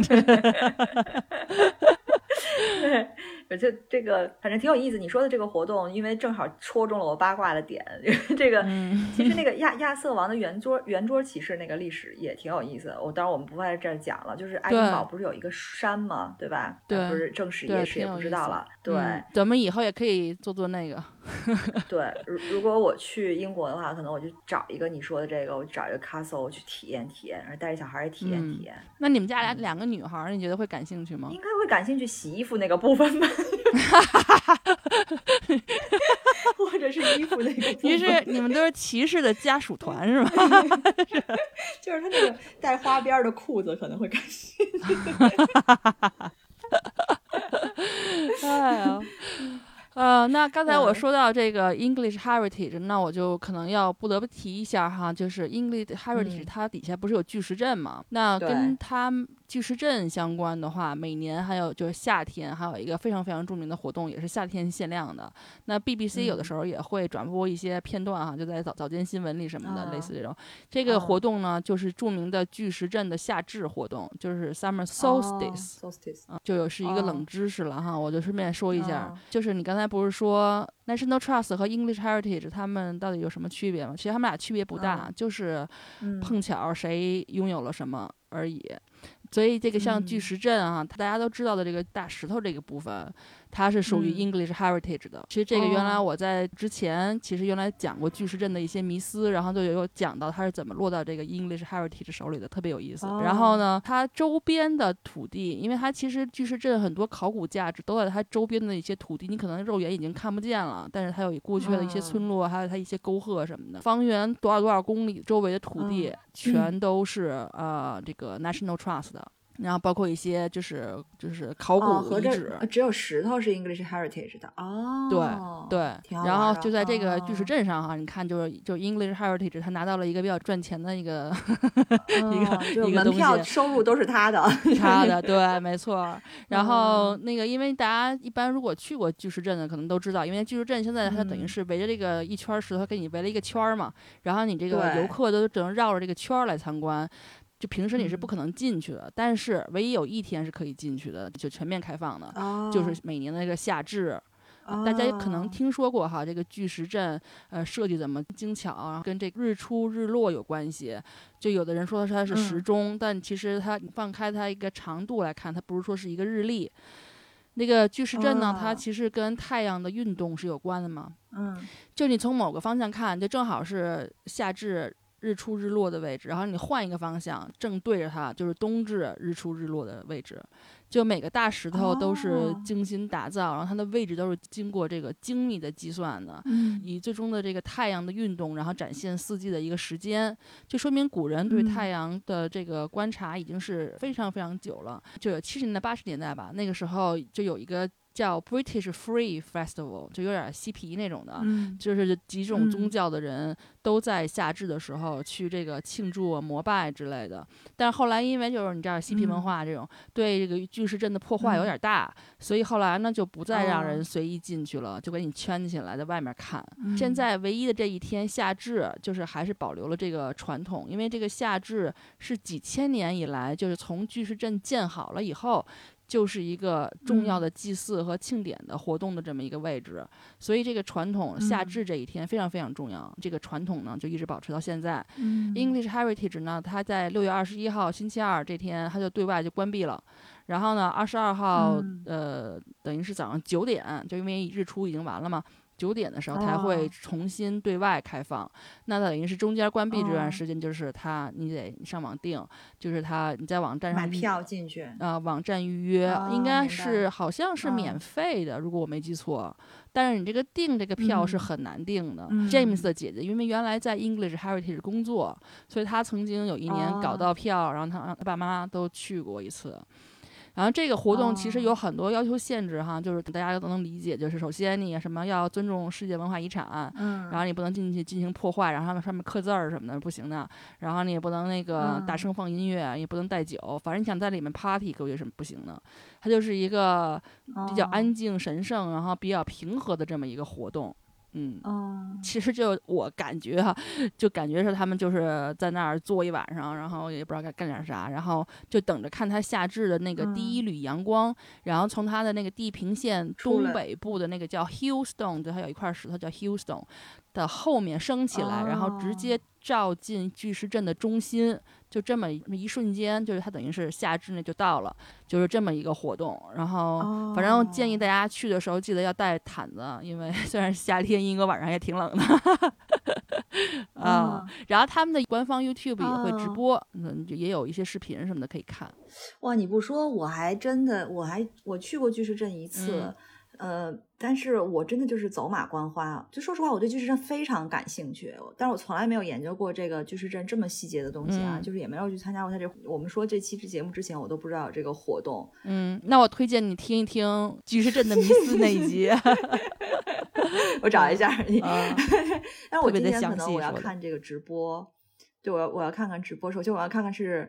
对，我这这个反正挺有意思。你说的这个活动，因为正好戳中了我八卦的点。这个、嗯、其实那个亚亚瑟王的圆桌圆桌骑士那个历史也挺有意思的。我当然我们不在这儿讲了，就是爱丁堡不是有一个山吗？对吧？ 对， 不是正史野史也不知道了。对、 嗯，咱们以后也可以做做那个。 对，如如果我去英国的话，可能我就找一个你说的这个，我找一个 castle 我去体验体验，然后带着小孩也体验体验。嗯、 那你们家俩两个女孩，你觉得会感兴趣吗？ 应该会感兴趣洗衣服那个部分吧。或者是衣服那个部分。 于是你们都是骑士的家属团是吧？ 就是他那个带花边的裤子可能会感兴趣。 哎呀。呃，那刚才我说到这个 English Heritage，、嗯、那我就可能要不得不提一下哈，就是 English Heritage、嗯、它底下不是有巨石阵嘛？那跟它巨石阵相关的话，每年还有就是夏天还有一个非常非常著名的活动，也是夏天限量的。那 B B C 有的时候也会转播一些片段哈，就在早早间新闻里什么的， 啊、 类似这种。这个活动呢，就是著名的巨石阵的夏至活动，就是 Summer Solstice，、 哦、Solstice、 啊、就有是一个冷知识了哈， 哦、 我就顺便说一下， 哦、 就是你刚才不是说 National Trust 和 English Heritage 他们到底有什么区别吗？其实他们俩区别不大， 嗯、 就是碰巧谁拥有了什么而已。所以这个像巨石阵啊、嗯、大家都知道的这个大石头这个部分，它是属于 English Heritage 的、嗯、其实这个原来我在之前、哦、其实原来讲过巨石阵的一些迷思，然后就有讲到它是怎么落到这个 English Heritage 手里的，特别有意思、哦、然后呢它周边的土地，因为它其实巨石阵很多考古价值都在它周边的一些土地，你可能肉眼已经看不见了，但是它有过去的一些村落、嗯、还有它一些沟壑什么的，方圆多少多少公里周围的土地、嗯、全都是、嗯、呃这个 National Trust 的，然后包括一些就是就是考古遗址、 哦、只有石头是 English Heritage 的哦， 对对，然后就在这个巨石阵上哈、哦，你看就是就 English Heritage 他拿到了一个比较赚钱的一个、哦、一个就一个东西， 门票收入都是他的， 他的对，没错。然后那个因为大家一般如果去过巨石阵的可能都知道，因为巨石阵现在它等于是围着这个一圈石头给你围了一个圈嘛，然后你这个游客都只能绕着这个圈来参观。就平时你是不可能进去的、嗯、但是唯一有一天是可以进去的，就全面开放的、哦、就是每年的那个夏至、哦、大家可能听说过哈，这个巨石阵呃设计怎么精巧，然后跟这日出日落有关系，就有的人说它是时钟、嗯、但其实它放开它一个长度来看，它不是说是一个日历。那个巨石阵呢、哦、它其实跟太阳的运动是有关的嘛， 嗯， 就你从某个方向看就正好是夏至日出日落的位置，然后你换一个方向正对着它就是冬至日出日落的位置，就每个大石头都是精心打造、哦、然后它的位置都是经过这个精密的计算的、嗯、以最终的这个太阳的运动然后展现四季的一个时间，就说明古人对太阳的这个观察已经是非常非常久了，就有七十年代八十年代吧，那个时候就有一个叫 British Free Festival， 就有点嬉皮那种的、嗯、就是几种宗教的人都在夏至的时候去这个庆祝膜拜之类的，但是后来因为就是你知道嬉皮文化这种、嗯、对这个巨石阵的破坏有点大、嗯、所以后来呢就不再让人随意进去了、哦、就给你圈起来在外面看、嗯、现在唯一的这一天夏至就是还是保留了这个传统，因为这个夏至是几千年以来就是从巨石阵建好了以后就是一个重要的祭祀和庆典的活动的这么一个位置、嗯、所以这个传统夏至这一天非常非常重要、嗯、这个传统呢就一直保持到现在、嗯、English Heritage 呢它在六月二十一号星期二这天它就对外就关闭了，然后呢二十二号、嗯、呃等于是早上九点，就因为日出已经完了嘛，九点的时候才会重新对外开放、哦、那等于是中间关闭这段时间就是它、哦、你得上网订，就是它你在网站上买票进去啊、呃，网站预约、哦、应该是好像是免费的、哦、如果我没记错，但是你这个订这个票是很难订的、嗯、James 的姐姐因为原来在 English Heritage 工作，所以她曾经有一年搞到票、哦、然后她她爸妈都去过一次。然后这个活动其实有很多要求限制哈、哦，就是大家都能理解，就是首先你什么要尊重世界文化遗产，嗯，然后你不能进去进行破坏，然后上面刻字儿什么的不行的，然后你也不能那个大声放音乐，嗯、也不能带酒，反正你想在里面 party 可有什么不行的，它就是一个比较安静神圣，哦、然后比较平和的这么一个活动。嗯，哦，其实就我感觉哈，就感觉是他们就是在那儿坐一晚上，然后也不知道该干点啥，然后就等着看它夏至的那个第一缕阳光，嗯、然后从它的那个地平线东北部的那个叫 Hillstone， 就它有一块石头叫 Hillstone 的后面升起来，哦、然后直接照进巨石阵的中心，就这么一瞬间，就是它等于是夏至那就到了，就是这么一个活动。然后反正建议大家去的时候记得要带毯子，因为虽然夏天英国晚上也挺冷的啊、嗯。然后他们的官方 YouTube 也会直播，嗯，也有一些视频什么的可以看。 哇，你不说我还真的，我还我去过巨石阵一次。嗯呃，但是我真的就是走马观花，就说实话，我对巨石阵非常感兴趣，但是我从来没有研究过这个巨石阵这么细节的东西啊，嗯、就是也没有去参加过他这。我们说这期节目之前，我都不知道有这个活动。 嗯，那我推荐你听一听巨石阵的迷思那一集。 我找一下。 嗯、 但我今天可能我要看这个直播，对，我要我要看看直播，首先我要看看是。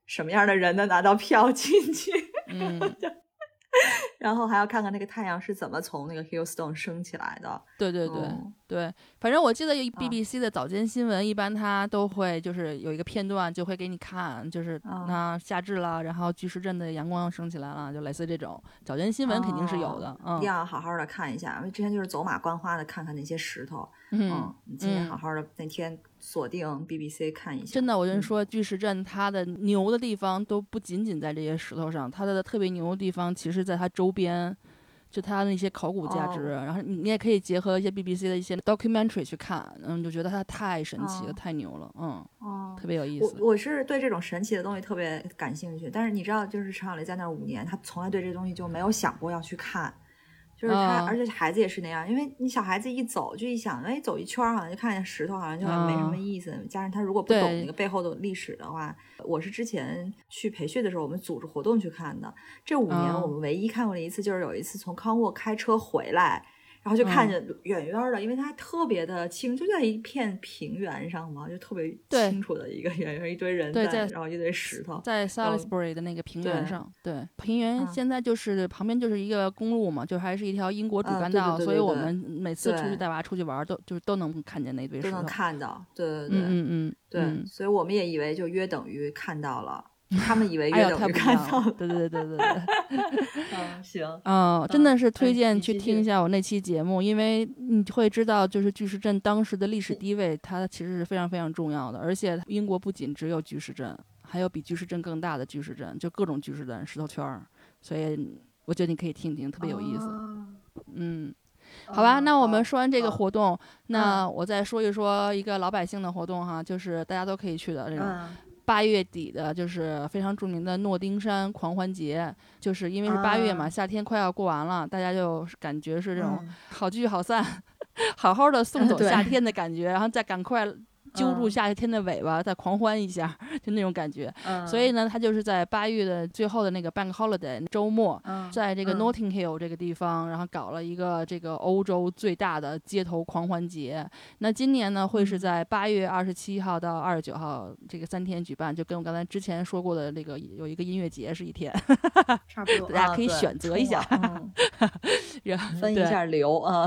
什么样的人能拿到票进去。 嗯然后还要看看那个太阳是怎么从那个 Hillstone 升起来的。 对对对、 嗯、对， 反正我记得 B B C 的早间新闻、啊、一般它都会就是有一个片段就会给你看，就是那夏至了，然后巨石阵的阳光升起来了，就类似这种早间新闻肯定是有的。 哦、嗯，要好好的看一下，因为之前就是走马观花的看看那些石头。 嗯， 嗯你今天好好的那天锁定 B B C 看一下。 真的，我跟你说、嗯、巨石阵它的牛的地方都不仅仅在这些石头上，它的特别牛的地方其实在它周边，就它那些考古价值、哦、然后你也可以结合一些 B B C 的一些 documentary 去看，嗯，就觉得它太神奇了、哦、太牛了，嗯，哦，特别有意思。 我我是对这种神奇的东西特别感兴趣，但是你知道就是陈小雷在那五年他从来对这东西就没有想过要去看，就是他、嗯、而且孩子也是那样，因为你小孩子一走就一想，哎，走一圈好像就看见石头，好像就没什么意思、嗯、加上他如果不懂那个背后的历史的话，我是之前去培训的时候我们组织活动去看的，这五年我们唯一看过的一次、嗯、就是有一次从康沃开车回来，然后就看见远远的、嗯、因为它特别的清，就在一片平原上嘛，就特别清楚的一个远远一堆人在， 在然后一堆石头在 Salisbury 的那个平原上，对，对平原现在就是、嗯、旁边就是一个公路嘛，就还是一条英国主干道、 啊、对对对对对， 所以我们每次出去带娃出去玩都就是都能看见那堆石头， 都能看到，对对对， 嗯嗯嗯， 对、 嗯， 所以我们也以为就约等于看到了。他们以为约等于看到了、 哎、对对对对对嗯，行， 嗯，真的是推荐去听一下我那期节目、嗯、因为你会知道就是巨石阵当时的历史地位它其实是非常非常重要的，而且英国不仅只有巨石阵，还有比巨石阵更大的巨石阵，就各种巨石阵石头圈，所以我觉得你可以听听，特别有意思、哦、嗯，好吧、嗯、那我们说完这个活动、嗯、那我再说一说一个老百姓的活动哈，就是大家都可以去的这种、嗯八月底的就是非常著名的诺丁山狂欢节，就是因为是八月嘛、啊、夏天快要过完了，大家就感觉是这种好聚好散、嗯、好好的送走夏天的感觉、嗯、然后再赶快揪住夏天的尾巴、嗯、再狂欢一下，就那种感觉、嗯、所以呢他就是在八月的最后的那个 Bank Holiday 周末、嗯、在这个 Notting Hill 这个地方、嗯、然后搞了一个这个欧洲最大的街头狂欢节。那今年呢会是在八月二十七号到二十九号这个三天举办，就跟我刚才之前说过的那个有一个音乐节是一天差不多大家可以选择一下、 嗯、分一下流啊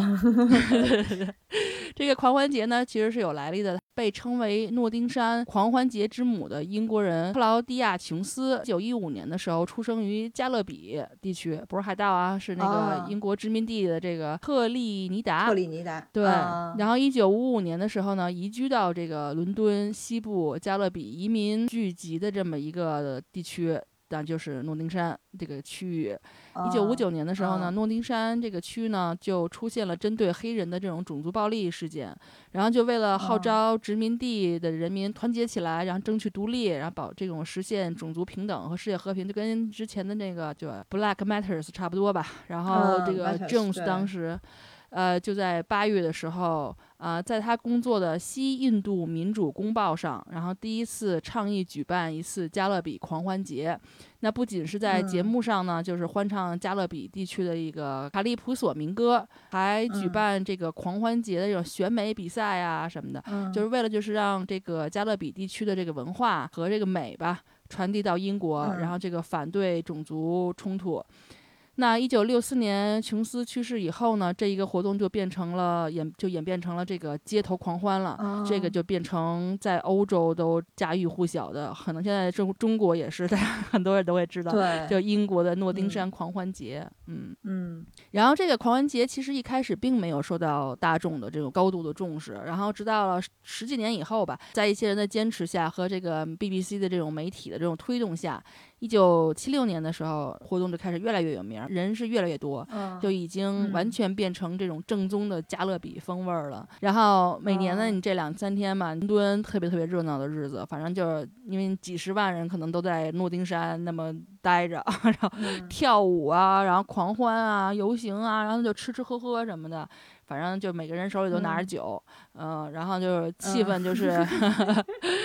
这个狂欢节呢其实是有来历的，被称为诺丁山狂欢节之母的英国人克劳迪亚·琼斯，一九一五年的时候出生于加勒比地区，不是海盗啊，是那个英国殖民地的这个特立尼达。 特立尼达。 对、 啊。 然后一九五五年的时候呢，移居到这个伦敦西部加勒比移民聚集的这么一个地区。但就是诺丁山这个区域，一九五九年的时候呢， uh, uh, 诺丁山这个区呢就出现了针对黑人的这种种族暴力事件，然后就为了号召殖民地的人民团结起来，然后争取独立，然后保这种实现种族平等和世界和平，就跟之前的那个就 Black Matters 差不多吧。然后这个 Jones 当时。呃，就在八月的时候，呃，在他工作的西印度民主公报上，然后第一次倡议举办一次加勒比狂欢节。那不仅是在节目上呢，嗯、就是欢唱加勒比地区的一个卡利普索民歌，还举办这个狂欢节的这种选美比赛啊什么的，嗯、就是为了就是让这个加勒比地区的这个文化和这个美吧传递到英国，嗯、然后这个反对种族冲突。那一九六四年琼斯去世以后呢，这一个活动就变成了演就演变成了这个街头狂欢了、哦、这个就变成在欧洲都家喻户晓的，可能现在中中国也是大家很多人都会知道， 对， 就英国的诺丁山狂欢节。嗯嗯，然后这个狂欢节其实一开始并没有受到大众的这种高度的重视，然后直到了十几年以后吧，在一些人的坚持下和这个 B B C 的这种媒体的这种推动下，一九七六年的时候活动就开始越来越有名，人是越来越多、嗯、就已经完全变成这种正宗的加勒比风味了、嗯、然后每年呢你这两三天嘛，伦敦特别特别热闹的日子，反正就是因为几十万人可能都在诺丁山那么待着，然后跳舞啊，然后狂欢啊，游行啊，然后就吃吃喝喝什么的，反正就每个人手里都拿着酒，嗯、呃，然后就是气氛就是、嗯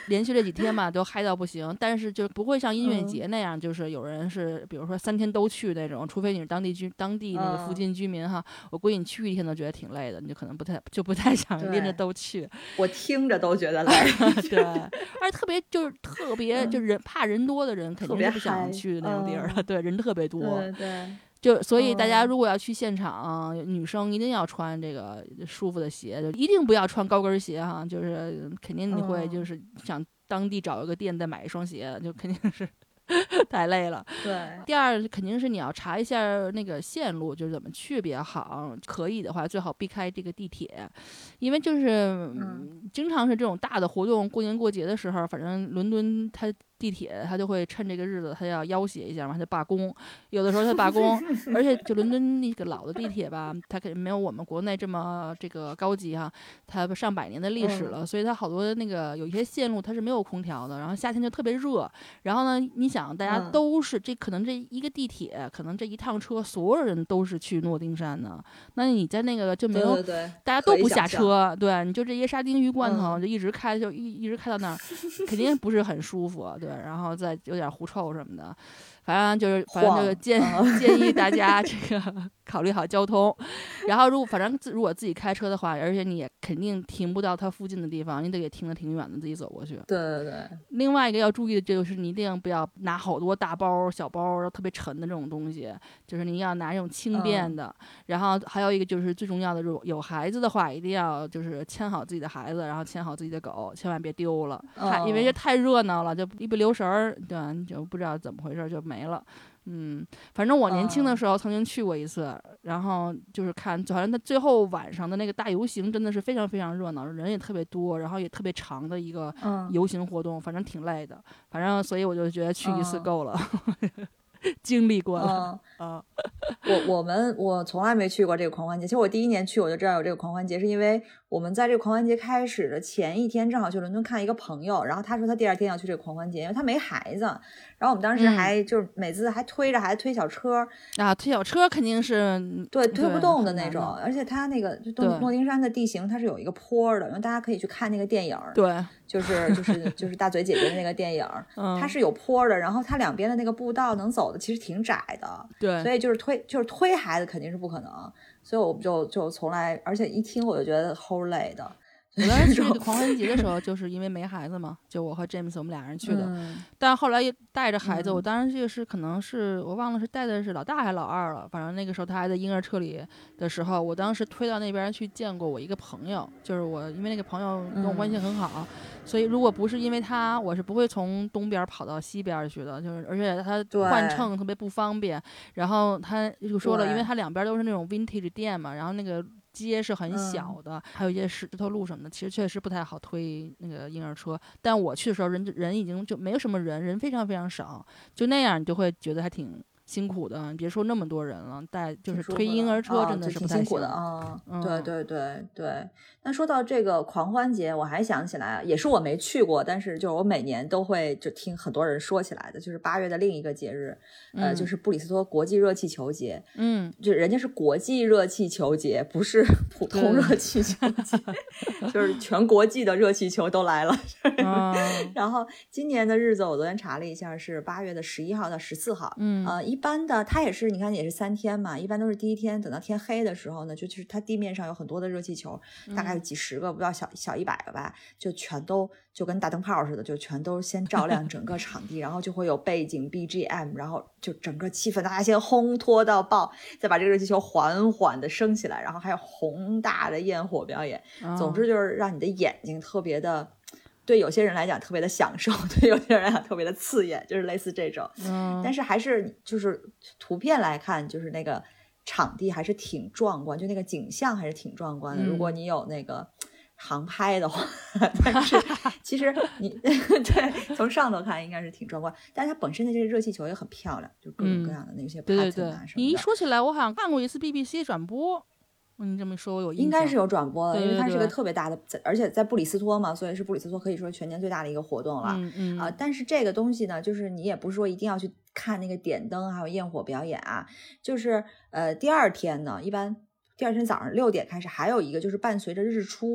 连续这几天嘛都嗨到不行，但是就不会像音乐节那样，嗯、就是有人是比如说三天都去那种，除非你是当地居当地那个附近居民哈，嗯、我估计你去一天都觉得挺累的，你就可能不太就不太想连着都去。 我听着都觉得累。 对，而且特别就是特别、嗯、就人怕人多的人肯定是不想去那种地儿的，嗯、对，人特别多。 对对。 就所以大家如果要去现场，嗯、女生一定要穿这个舒服的鞋，就一定不要穿高跟鞋哈，就是肯定你会就是想当地找一个店再买一双鞋，就肯定是太累了。 对。 第二肯定是你要查一下那个线路，就是怎么去比较好。可以的话，最好避开这个地铁，因为就是、嗯、经常是这种大的活动，过年过节的时候，反正伦敦它。地铁他就会趁这个日子，他要要挟一下嘛，他就罢工。有的时候他罢工，而且就伦敦那个老的地铁吧，它肯定没有我们国内这么这个高级哈，它上百年的历史了，嗯、所以它好多那个有一些线路它是没有空调的，然后夏天就特别热。然后呢，你想大家都是、嗯、这可能这一个地铁，可能这一趟车，所有人都是去诺丁山的，那你在那个就没有， 对对对， 大家都不下车，对，你就这些沙丁鱼罐头、嗯、就一直开，就一一直开到那儿，肯定不是很舒服。对，然后再有点狐臭什么的，反正就是反正就是建、嗯、建议大家这个考虑好交通。然后如果反正如果自己开车的话，而且你也肯定停不到它附近的地方，你得给停得挺远的，自己走过去。 对对对。 另外一个要注意的就是你一定不要拿好多大包小包特别沉的这种东西，就是你要拿这种轻便的、嗯、然后还有一个就是最重要的，如果有孩子的话一定要就是牵好自己的孩子，然后牵好自己的狗，千万别丢了、哦、因为这太热闹了，就一不留神儿，对，你就不知道怎么回事就没了。嗯，反正我年轻的时候曾经去过一次，嗯、然后就是看，好像他最后晚上的那个大游行真的是非常非常热闹，人也特别多，然后也特别长的一个游行活动，嗯、反正挺累的，反正所以我就觉得去一次够了。嗯经历过了。 嗯、啊，我我们我从来没去过这个狂欢节。其实我第一年去我就知道有这个狂欢节，是因为我们在这个狂欢节开始的前一天正好去伦敦看一个朋友，然后他说他第二天要去这个狂欢节，因为他没孩子。然后我们当时还、嗯、就是每次还推着孩子推小车啊，推小车肯定是对推不动的那种，而且他那个就诺丁山的地形它是有一个坡的，因为大家可以去看那个电影， 对， 就是就是就是大嘴姐姐的那个电影，嗯、它是有坡的，然后它两边的那个步道能走的其实挺窄的， 对， 所以就是推就是推孩子肯定是不可能，所以我就就从来，而且一听我就觉得齁累的。 我当时去这个狂欢节的时候，就是因为没孩子嘛，就我和 James 我们俩人去的。 嗯、 但后来带着孩子，嗯、我当时这个是可能是我忘了是带的是老大还是老二了，反正那个时候他还在婴儿车里的时候，我当时推到那边去见过我一个朋友，就是我因为那个朋友跟我关系很好，嗯、所以如果不是因为他，我是不会从东边跑到西边去的，就是而且他换乘特别不方便。然后他就说了，因为他两边都是那种 vintage 店嘛，然后那个街是很小的，嗯、还有一些石头路什么的，其实确实不太好推那个婴儿车。但我去的时候人人已经就没有什么人，人非常非常少，就那样你就会觉得还挺辛苦的。你别说那么多人了，带就是推婴儿车真的是不太辛苦的啊。对对对对。那说到这个狂欢节，我还想起来，也是我没去过，但是就是我每年都会就听很多人说起来的，就是八月的另一个节日， 嗯、 呃，就是布里斯托国际热气球节。 嗯， 就人家是国际热气球节，不是普通热气球节，就是全国际的热气球都来了。 哦、 然后今年的日子我昨天查了一下，是八月的十一号到十四号。 嗯， 呃，一般的它也是，你看也是三天嘛，一般都是第一天等到天黑的时候呢，就就是它地面上有很多的热气球，大概有几十个，不到小小一百个吧，就全都就跟大灯泡似的，就全都先照亮整个场地，然后就会有背景 B G M， 然后就整个气氛大家先烘托到爆，再把这个热气球缓缓的升起来，然后还有宏大的焰火表演。 哦、 总之就是让你的眼睛特别的，对有些人来讲特别的享受，对有些人来讲特别的刺眼，就是类似这种。 嗯、 但是还是就是图片来看，就是那个场地还是挺壮观，就那个景象还是挺壮观的。 嗯、 如果你有那个航拍的话，但是其实你对从上头看应该是挺壮观，但是它本身的这个热气球也很漂亮，就各种各样的那些 pattern 啊什么的。 对对对，你一说起来，我好像看过一次 B B C 转播。你这么说我有印象， 应该是有转播的， 对对对， 因为它是个特别大的，而且在布里斯托嘛，所以是布里斯托可以说全年最大的一个活动了。 嗯嗯、 呃、但是这个东西呢，就是你也不是说一定要去看那个点灯还有焰火表演啊，就是呃第二天呢，一般第二天早上六点开始，还有一个就是伴随着日出，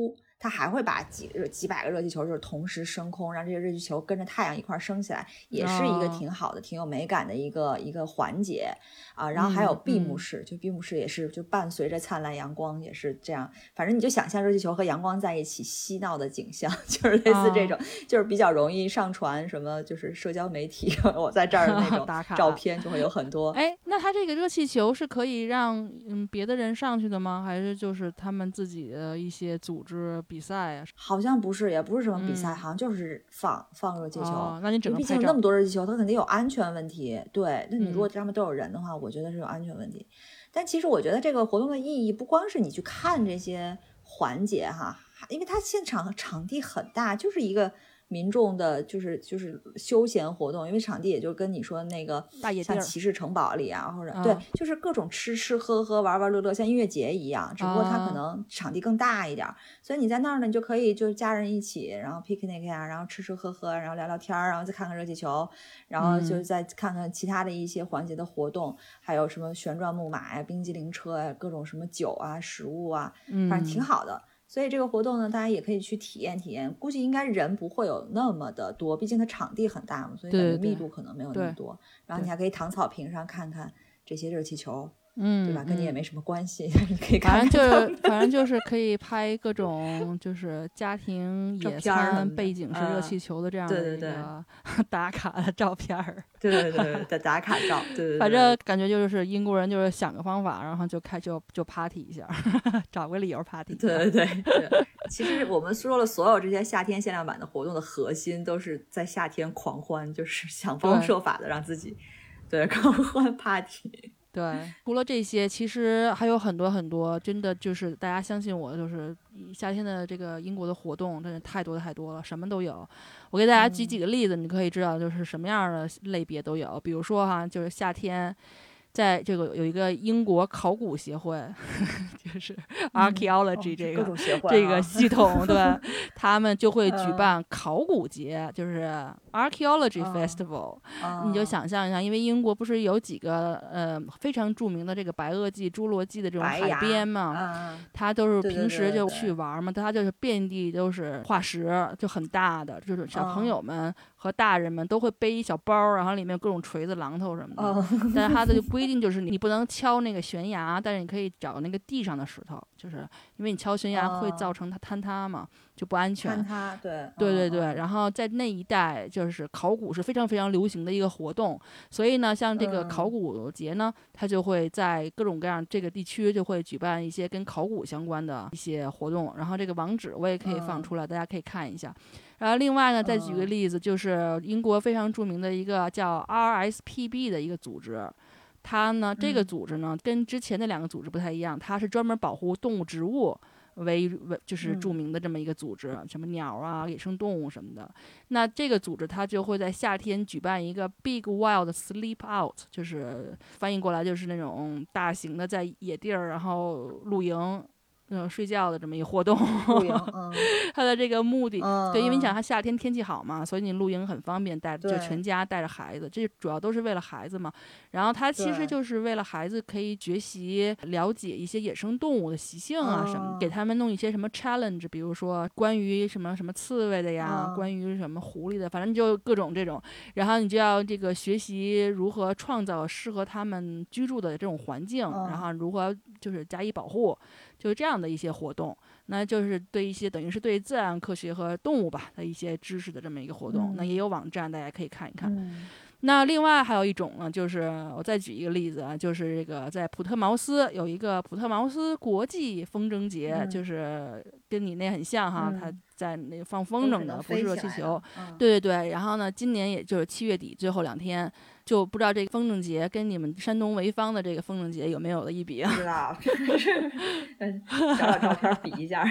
它还会把几几百个热气球就是同时升空，让这些热气球跟着太阳一块升起来，也是一个挺好的、哦、挺有美感的一个一个环节啊。然后还有闭幕式，嗯、就闭幕式也是就伴随着灿烂阳光，也是这样。反正你就想象热气球和阳光在一起嬉闹的景象，就是类似这种，哦、就是比较容易上传什么就是社交媒体，我在这儿的那种照片就会有很多。 哎，那它这个热气球是可以让嗯别的人上去的吗？还是就是他们自己的一些组织比赛啊？ 好像不是，也不是什么比赛，嗯、好像就是放放热气球。 哦、那你只能毕竟那么多热气球，它肯定有安全问题。对，那你如果上面都有人的话，嗯、我觉得是有安全问题。但其实我觉得这个活动的意义不光是你去看这些环节哈，因为它现场场地很大，就是一个民众的就是就是休闲活动，因为场地也就跟你说那个大野地像骑士城堡里啊，或者、嗯、对，就是各种吃吃喝喝玩玩乐乐，像音乐节一样，只不过它可能场地更大一点、嗯、所以你在那儿呢，你就可以就是家人一起，然后 picnic 啊，然后吃吃喝喝，然后聊聊天，然后再看看热气球，然后就再看看其他的一些环节的活动、嗯、还有什么旋转木马呀、冰激凌车呀、各种什么酒啊食物啊，反正挺好的、嗯，所以这个活动呢，大家也可以去体验体验，估计应该人不会有那么的多，毕竟它场地很大嘛，所以感觉密度可能没有那么多。然后你还可以躺草坪上看看这些热气球，嗯，对吧？跟你也没什么关系，嗯、你可以看看。 反正就反正就是可以拍各种就是家庭野餐，背景是热气球的这样的一个打卡的照片儿。 对对对对，打卡照。对 对, 对。 反正感觉就是英国人就是想个方法，然后就开就就 party 一下，找个理由 party。 对对对对。其实我们说了，所有这些夏天限量版的活动的核心都是在夏天狂欢，就是想方设法的让自己对狂欢 party。 对，除了这些，其实还有很多很多，真的就是大家相信我，就是夏天的这个英国的活动真的太多太多了，什么都有。我给大家举几个例子，嗯、你可以知道就是什么样的类别都有。比如说哈，就是夏天。在这个有一个英国考古协会，就是 archaeology 这个、嗯哦、这个系统，对，他们就会举办考古节，就是 archaeology festival、哦。你就想象一下，因为英国不是有几个呃非常著名的这个白垩纪、侏罗纪的这种海边嘛，它都是平时就去玩嘛，它就是遍地都是化石，就很大的，就是小朋友们和大人们都会背一小包，然后里面有各种锤子、榔头什么的，哦、但是它的就规。一定就是你不能敲那个悬崖，但是你可以找那个地上的石头，就是因为你敲悬崖会造成它坍塌嘛，就不安全。 坍塌，对， 对对对。然后在那一带，就是考古是非常非常流行的一个活动，所以呢，像这个考古节呢，它就会在各种各样这个地区就会举办一些跟考古相关的一些活动。然后这个网址我也可以放出来，大家可以看一下。然后另外呢，再举个例子，就是英国非常著名的一个叫 R S P B 的一个组织。它呢，这个组织呢，跟之前的两个组织不太一样，它是专门保护动物、植物为为就是著名的这么一个组织，嗯、什么鸟啊、野生动物什么的。那这个组织它就会在夏天举办一个 Big Wild Sleep Out， 就是翻译过来就是那种大型的在野地儿然后露营。嗯，睡觉的这么一个活动， 露营，嗯， 它的这个目的，嗯、对，因为你想它夏天天气好嘛，所以你露营很方便，带就全家带着孩子，这主要都是为了孩子嘛。然后它其实就是为了孩子可以学习了解一些野生动物的习性啊什么，嗯、给他们弄一些什么 challenge， 比如说关于什么什么刺猬的呀，嗯、关于什么狐狸的，反正就各种这种。然后你就要这个学习如何创造适合他们居住的这种环境，嗯、然后如何就是加以保护。就是这样的一些活动，那就是对一些等于是对自然科学和动物吧的一些知识的这么一个活动，嗯、那也有网站大家可以看一看。嗯、那另外还有一种呢，就是我再举一个例子啊，就是这个在普特茅斯有一个普特茅斯国际风筝节，嗯、就是跟你那很像哈，嗯、它在那放风筝的，不是热气球。嗯、对对对，然后呢，今年也就是七月底最后两天。就不知道这个风筝节跟你们山东潍坊的这个风筝节有没有的一比啊？ 不知道，找找照片比一下。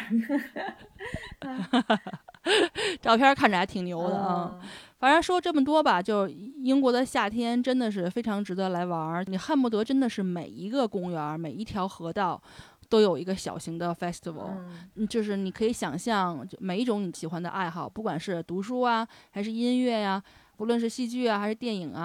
照片看着还挺牛的啊。嗯、反正说这么多吧，就英国的夏天真的是非常值得来玩，你恨不得真的是每一个公园、每一条河道。都有一个小型的 festival，嗯、就是你可以想象每一种你喜欢的爱好，不管是读书啊，还是音乐呀、啊，不论是戏剧啊，还是电影啊。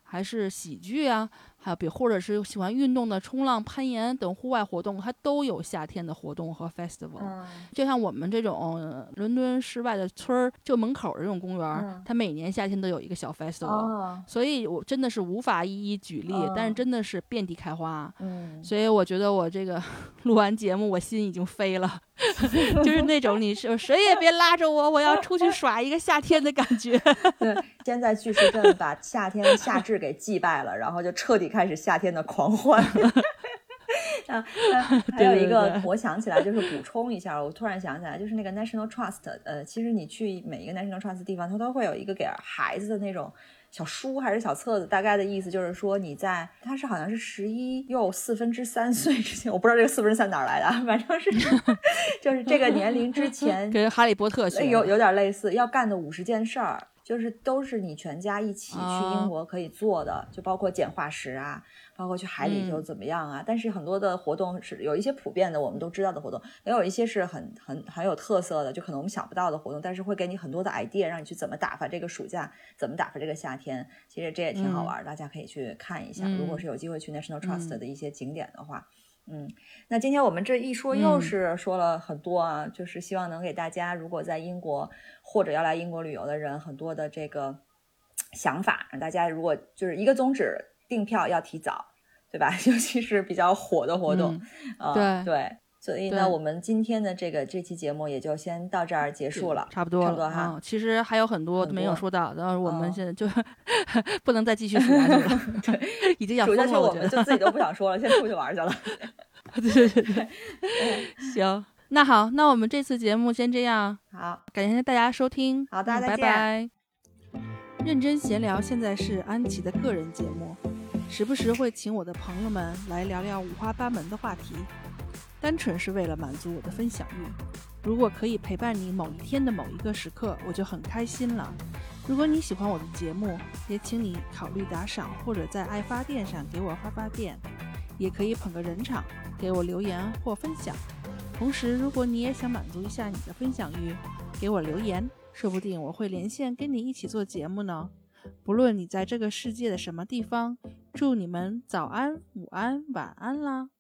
还是喜剧啊，还有比或者是喜欢运动的冲浪、攀岩等户外活动，它都有夏天的活动和 festival、嗯、就像我们这种、呃、伦敦市外的村儿，就门口这种公园、嗯、它每年夏天都有一个小 festival、哦、所以我真的是无法一一举例、哦、但是真的是遍地开花、嗯、所以我觉得我这个录完节目我心已经飞了就是那种你是谁也别拉着我，我要出去耍一个夏天的感觉对，先在巨石阵把夏天夏至给祭拜了，然后就彻底开始夏天的狂欢啊，还有一个我想起来就是补充一下，我突然想起来就是那个 National Trust， 呃，其实你去每一个 National Trust 地方它都会有一个给孩子的那种小书还是小册子，大概的意思就是说你在它是好像是十一又四分之三岁之前，我不知道这个四分之三哪来的，反正是就是这个年龄之前跟哈利波特有有点类似，要干的五十件事儿，就是都是你全家一起去英国可以做的、哦、就包括捡化石啊，包括去海里就怎么样啊、嗯、但是很多的活动是有一些普遍的我们都知道的活动，也有一些是很很很有特色的，就可能我们想不到的活动，但是会给你很多的 idea 让你去怎么打发这个暑假，怎么打发这个夏天，其实这也挺好玩、嗯、大家可以去看一下、嗯、如果是有机会去 National Trust 的一些景点的话，嗯，那今天我们这一说又是说了很多啊、嗯、就是希望能给大家如果在英国或者要来英国旅游的人很多的这个想法，让大家如果就是一个宗旨，订票要提早，对吧？尤其是比较火的活动、 嗯呃、 对对，所以呢我们今天的这个这期节目也就先到这儿结束了， 差不多了差不多哈、 嗯、其实还有很多没有说到，然后我们现在就、哦、不能再继续数下去了对，已经要疯了， 数下去我们就自己都不想说了先出去玩去了对对对对行，那好，那我们这次节目先这样， 好， 感谢大家收听， 好，大家再见、嗯、 拜拜。认真闲聊现在是安琪的个人节目，时不时会请我的朋友们来聊聊五花八门的话题，单纯是为了满足我的分享欲。如果可以陪伴你某一天的某一个时刻，我就很开心了。如果你喜欢我的节目，也请你考虑打赏，或者在爱发电上给我发发电，也可以捧个人场给我留言或分享。同时如果你也想满足一下你的分享欲，给我留言，说不定我会连线跟你一起做节目呢。不论你在这个世界的什么地方，祝你们早安、午安、晚安啦。